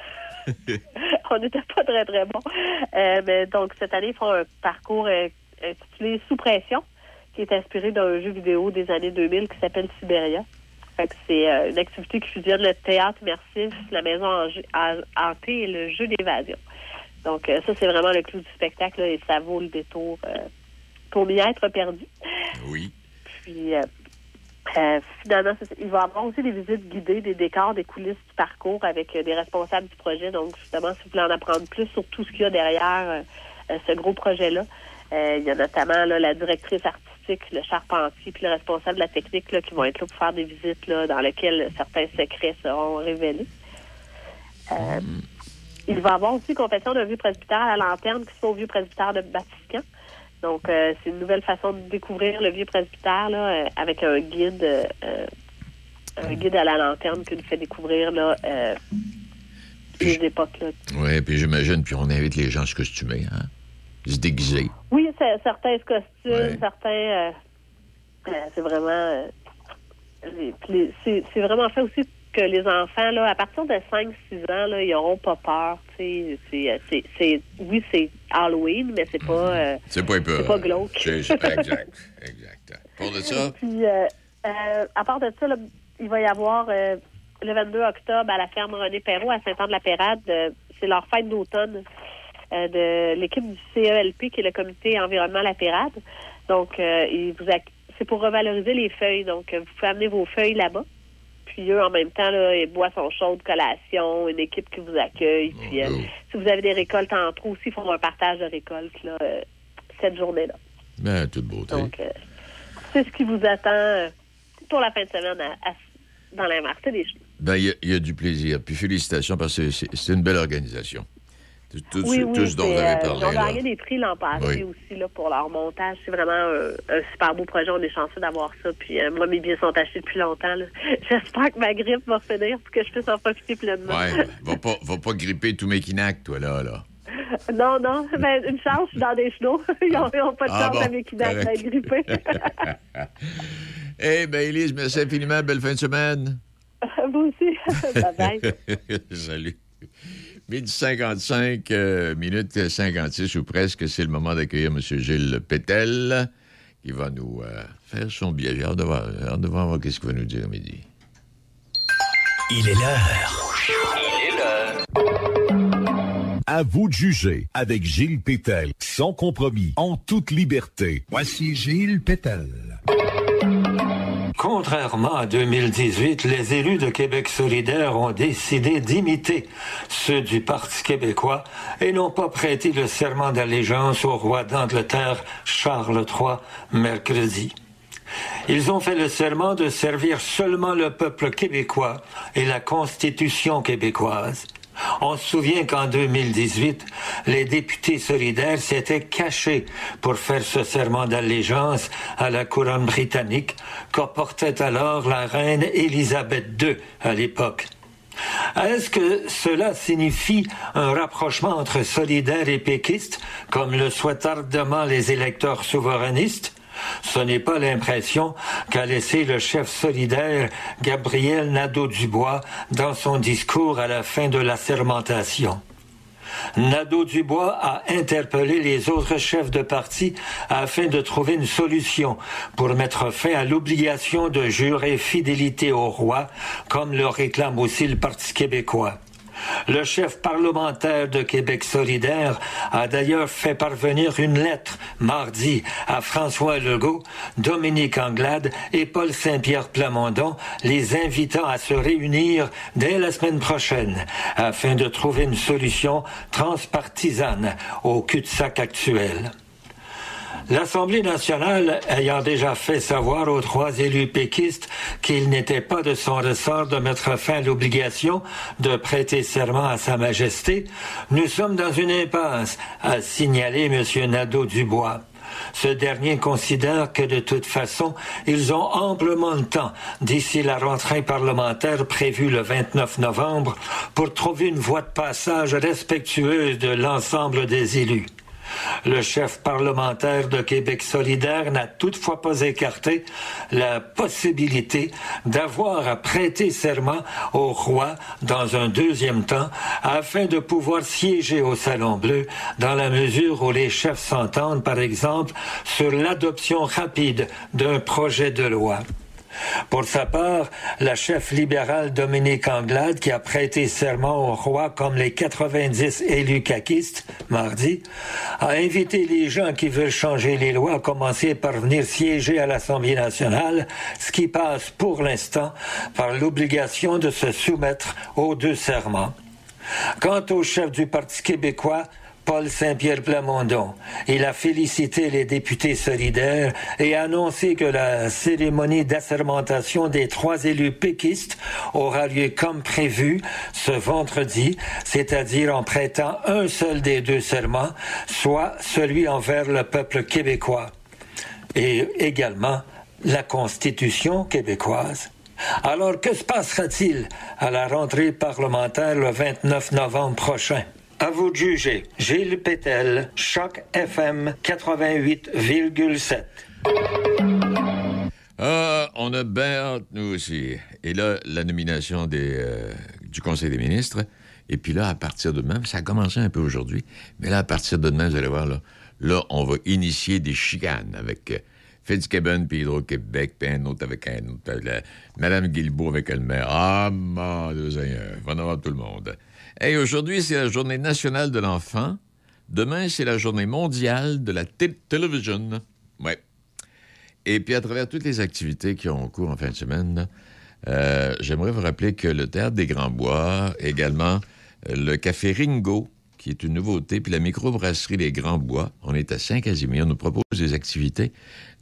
S17: On n'était pas très, très bons. Euh, mais donc, cette année, ils font un parcours euh, intitulé Sous pression, qui est inspiré d'un jeu vidéo des années deux mille qui s'appelle Siberia. Fait que c'est euh, une activité qui fusionne le théâtre immersif, la maison hangée- ha- hantée et le jeu d'évasion. Donc, euh, ça, c'est vraiment le clou du spectacle là, et ça vaut le détour euh, pour m'y être perdu.
S3: Oui.
S17: Puis, euh, euh, finalement, c'est ça. Il va y avoir aussi des visites guidées, des décors, des coulisses du parcours avec euh, des responsables du projet. Donc, justement, si vous voulez en apprendre plus sur tout ce qu'il y a derrière euh, euh, ce gros projet-là, euh, il y a notamment là, la directrice artistique, le charpentier, puis le responsable de la technique là, qui vont être là pour faire des visites là, dans lesquelles certains secrets seront révélés. Euh, il va y avoir aussi confession d'un vieux presbytère à la lanterne qui se fait au vieux presbytère de Vatican. Donc, euh, c'est une nouvelle façon de découvrir le vieux presbytère là, euh, avec un guide euh, un guide à la lanterne qui nous fait découvrir là, euh, les époques. Là.
S3: Oui, puis j'imagine, puis on invite les gens à se costumer, hein? se déguiser.
S17: Oui, c'est, certains se costument,
S3: Ouais.
S17: certains... euh, euh, c'est vraiment... euh, les- les- c'est, c'est vraiment fait aussi que les enfants, là, à partir de cinq six ans, là, ils n'auront pas peur. tu sais. C'est, euh, c'est, c'est, oui, c'est Halloween, mais c'est pas... euh,
S3: C'est pas un peu...
S17: c'est pas glauque.
S3: C'est, c'est- exact, exact. Pour de ça...
S17: Puis, euh, euh, à part de ça, là, il va y avoir euh, le vingt-deux octobre à la ferme René Perrault à Saint-Anne-de-la-Pérade. euh, c'est leur fête d'automne euh, de l'équipe du C E L P, qui est le comité environnement La Pérade. Donc, euh, ils vous acc- c'est pour revaloriser les feuilles. Donc, euh, vous pouvez amener vos feuilles là-bas. Puis eux, en même temps, là, ils boissons chaudes, collation, une équipe qui vous accueille. Puis, euh, si vous avez des récoltes en trop aussi, ils font un partage de récoltes là, euh, cette journée-là.
S3: Ben, toute beauté.
S17: Donc, euh, c'est ce qui vous attend euh, pour la fin de semaine à, à- dans la Marté des Chenaux.
S3: Ben, il y a- il y, a du plaisir. Puis félicitations, parce que c'est, c'est une belle organisation. Tout, tout,
S17: Oui,
S3: tout
S17: oui,
S3: ce dont
S17: c'est,
S3: vous avez
S17: euh,
S3: parlé,
S17: ils ont
S3: là.
S17: gagné des prix l'an passé
S3: Oui.
S17: aussi là, pour leur montage. C'est vraiment euh, un super beau projet. On est chanceux d'avoir ça. Puis euh, moi, mes billets sont achetés depuis longtemps. là. J'espère que ma grippe va finir pour que je puisse en profiter pleinement.
S3: Ouais, va pas, va pas gripper tous mes kinacs, toi, là, là.
S17: Non, non. Ben, une chance, je suis dans des chenaux. Ils n'ont pas de
S3: Ah
S17: chance
S3: bon,
S17: avec Idac
S3: correct.
S17: d'être grippés.
S3: Eh bien, Élise, merci infiniment. Belle fin de semaine.
S17: Vous aussi. Bye-bye.
S3: Salut. midi cinquante-cinq, euh, minute cinquante-six ou presque, c'est le moment d'accueillir M. Gilles Pétel, qui va nous euh, faire son billet. J'ai hâte de voir, j'ai hâte de voir qu'est-ce qu'il va nous dire à midi.
S18: Il est l'heure. Il est l'heure. À vous de juger avec Gilles Pétel, sans compromis, en toute liberté. Voici Gilles Pétel.
S19: Contrairement à deux mille dix-huit, les élus de Québec solidaire ont décidé d'imiter ceux du Parti québécois et n'ont pas prêté le serment d'allégeance au roi d'Angleterre Charles trois mercredi. Ils ont fait le serment de servir seulement le peuple québécois et la Constitution québécoise. On se souvient qu'en deux mille dix-huit, les députés solidaires s'étaient cachés pour faire ce serment d'allégeance à la couronne britannique que portait alors la reine Élisabeth deux à l'époque. Est-ce que cela signifie un rapprochement entre solidaires et péquistes, comme le souhaitent ardemment les électeurs souverainistes? Ce n'est pas l'impression qu'a laissé le chef solidaire Gabriel Nadeau-Dubois dans son discours à la fin de la sermentation. Nadeau-Dubois a interpellé les autres chefs de parti afin de trouver une solution pour mettre fin à l'obligation de jurer fidélité au roi, comme le réclame aussi le Parti québécois. Le chef parlementaire de Québec solidaire a d'ailleurs fait parvenir une lettre mardi à François Legault, Dominique Anglade et Paul Saint-Pierre Plamondon, les invitant à se réunir dès la semaine prochaine afin de trouver une solution transpartisane au cul-de-sac actuel. L'Assemblée nationale ayant déjà fait savoir aux trois élus péquistes qu'il n'était pas de son ressort de mettre fin à l'obligation de prêter serment à Sa Majesté, nous sommes dans une impasse, a signalé M. Nadeau-Dubois. Ce dernier considère que de toute façon, ils ont amplement le temps, d'ici la rentrée parlementaire prévue le vingt-neuf novembre, pour trouver une voie de passage respectueuse de l'ensemble des élus. Le chef parlementaire de Québec solidaire n'a toutefois pas écarté la possibilité d'avoir à prêter serment au roi dans un deuxième temps afin de pouvoir siéger au Salon Bleu dans la mesure où les chefs s'entendent, par exemple, sur l'adoption rapide d'un projet de loi. Pour sa part, la chef libérale Dominique Anglade, qui a prêté serment au roi comme les quatre-vingt-dix élus caquistes mardi, a invité les gens qui veulent changer les lois à commencer par venir siéger à l'Assemblée nationale, ce qui passe pour l'instant par l'obligation de se soumettre aux deux serments. Quant au chef du Parti québécois, Paul Saint-Pierre Plamondon, il a félicité les députés solidaires et a annoncé que la cérémonie d'assermentation des trois élus péquistes aura lieu comme prévu ce vendredi, c'est-à-dire en prêtant un seul des deux serments, soit celui envers le peuple québécois, et également la Constitution québécoise. Alors, que se passera-t-il à la rentrée parlementaire le vingt-neuf novembre prochain? À vous de juger. Gilles Pétel, Choc F M quatre-vingt-huit virgule sept.
S3: Ah, on a bien hâte, nous aussi. Et là, la nomination des, euh, du Conseil des ministres. Et puis là, à partir de demain, ça a commencé un peu aujourd'hui, mais là, à partir de demain, vous allez voir, là, là on va initier des chicanes avec euh, Fitzgibbon, puis Hydro-Québec, puis un autre avec un autre. La, Mme Guilbeault avec le maire. Ah, mon Dieu Seigneur, il va en avoir tout le monde. Hey, aujourd'hui, c'est la journée nationale de l'enfant. Demain, c'est la journée mondiale de la t- télévision. Ouais. Et puis, à travers toutes les activités qui ont cours en fin de semaine, là, euh, j'aimerais vous rappeler que le Théâtre des Grands Bois, également euh, le Café Ringo, qui est une nouveauté, puis la microbrasserie Les Grands Bois, on est à Saint-Casimir, nous propose des activités,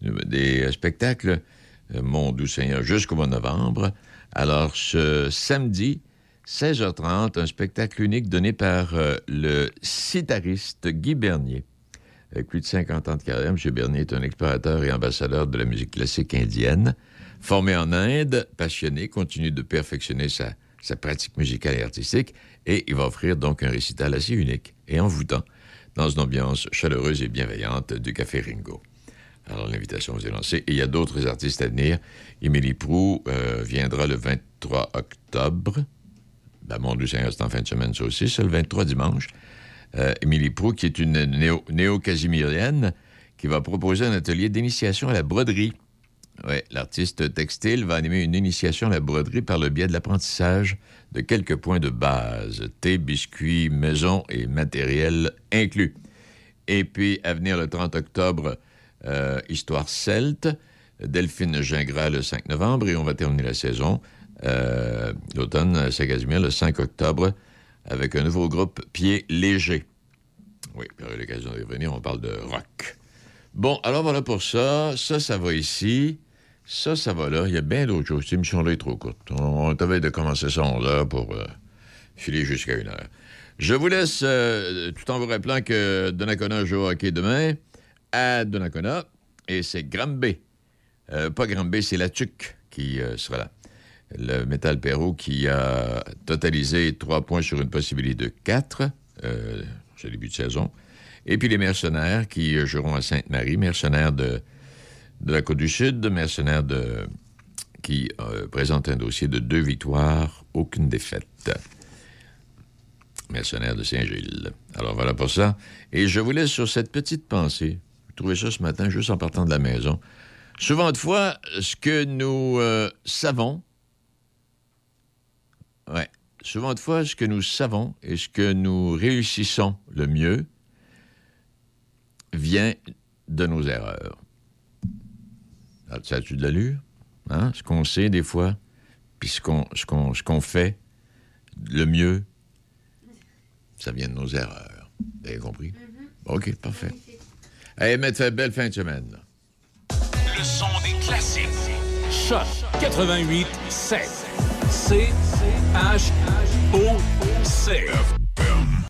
S3: des euh, spectacles, euh, mon doux Seigneur, jusqu'au mois de novembre. Alors, ce samedi, seize heures trente, un spectacle unique donné par euh, le sitariste Guy Bernier. Avec plus de cinquante ans de carrière, M. Bernier est un explorateur et ambassadeur de la musique classique indienne. Formé en Inde, passionné, continue de perfectionner sa, sa pratique musicale et artistique et il va offrir donc un récital assez unique et envoûtant dans une ambiance chaleureuse et bienveillante du Café Ringo. Alors, l'invitation vous est lancée. Et il y a d'autres artistes à venir. Émilie Proulx euh, viendra le vingt-trois octobre. Ben, mon Dieu Seigneur, c'est en fin de semaine, ça aussi. C'est le vingt-trois dimanche. Euh, Émilie Proulx, qui est une néo- néo-casimirienne, qui va proposer un atelier d'initiation à la broderie. Oui, l'artiste textile va animer une initiation à la broderie par le biais de l'apprentissage de quelques points de base. Thé, biscuits, maison et matériel inclus. Et puis, à venir le trente octobre, euh, Histoire celte, Delphine Gingras le cinq novembre, et on va terminer la saison, euh, l'automne à Saint-Casimir, le cinq octobre, avec un nouveau groupe, Pieds légers. Oui, puis à l'occasion de revenir, on parle de rock. Bon, alors voilà pour ça. Ça, ça va ici. Ça, ça va là. Il y a bien d'autres choses. Cette émission-là est trop courte. On, on t'avait de commencer ça à onze heures pour euh, filer jusqu'à une heure. Je vous laisse, euh, tout en vous rappelant que Donnacona joue au hockey demain à Donnacona, et c'est Granby. Euh, pas Granby, c'est la Tuque qui euh, sera là. Le Métal Perrault qui a totalisé trois points sur une possibilité de quatre, euh, c'est le début de saison. Et puis les Mercenaires qui joueront à Sainte-Marie, Mercenaires de, de la Côte-du-Sud, Mercenaires de, qui euh, présentent un dossier de deux victoires, aucune défaite. Mercenaires de Saint-Gilles. Alors voilà pour ça. Et je vous laisse sur cette petite pensée. J'ai trouvé ça ce matin juste en partant de la maison. Souvent de fois, ce que nous euh, savons, ouais, souvent de fois, ce que nous savons et ce que nous réussissons le mieux vient de nos erreurs. Alors, ça a-tu de l'allure? Hein? Ce qu'on sait des fois, puis ce qu'on, ce qu'on, ce qu'on fait le mieux, ça vient de nos erreurs. Vous avez compris? Mm-hmm. OK, parfait. Allez, mettez belle fin de semaine.
S2: Le son des classiques. Choc quatre-vingt-huit sept. C H O C.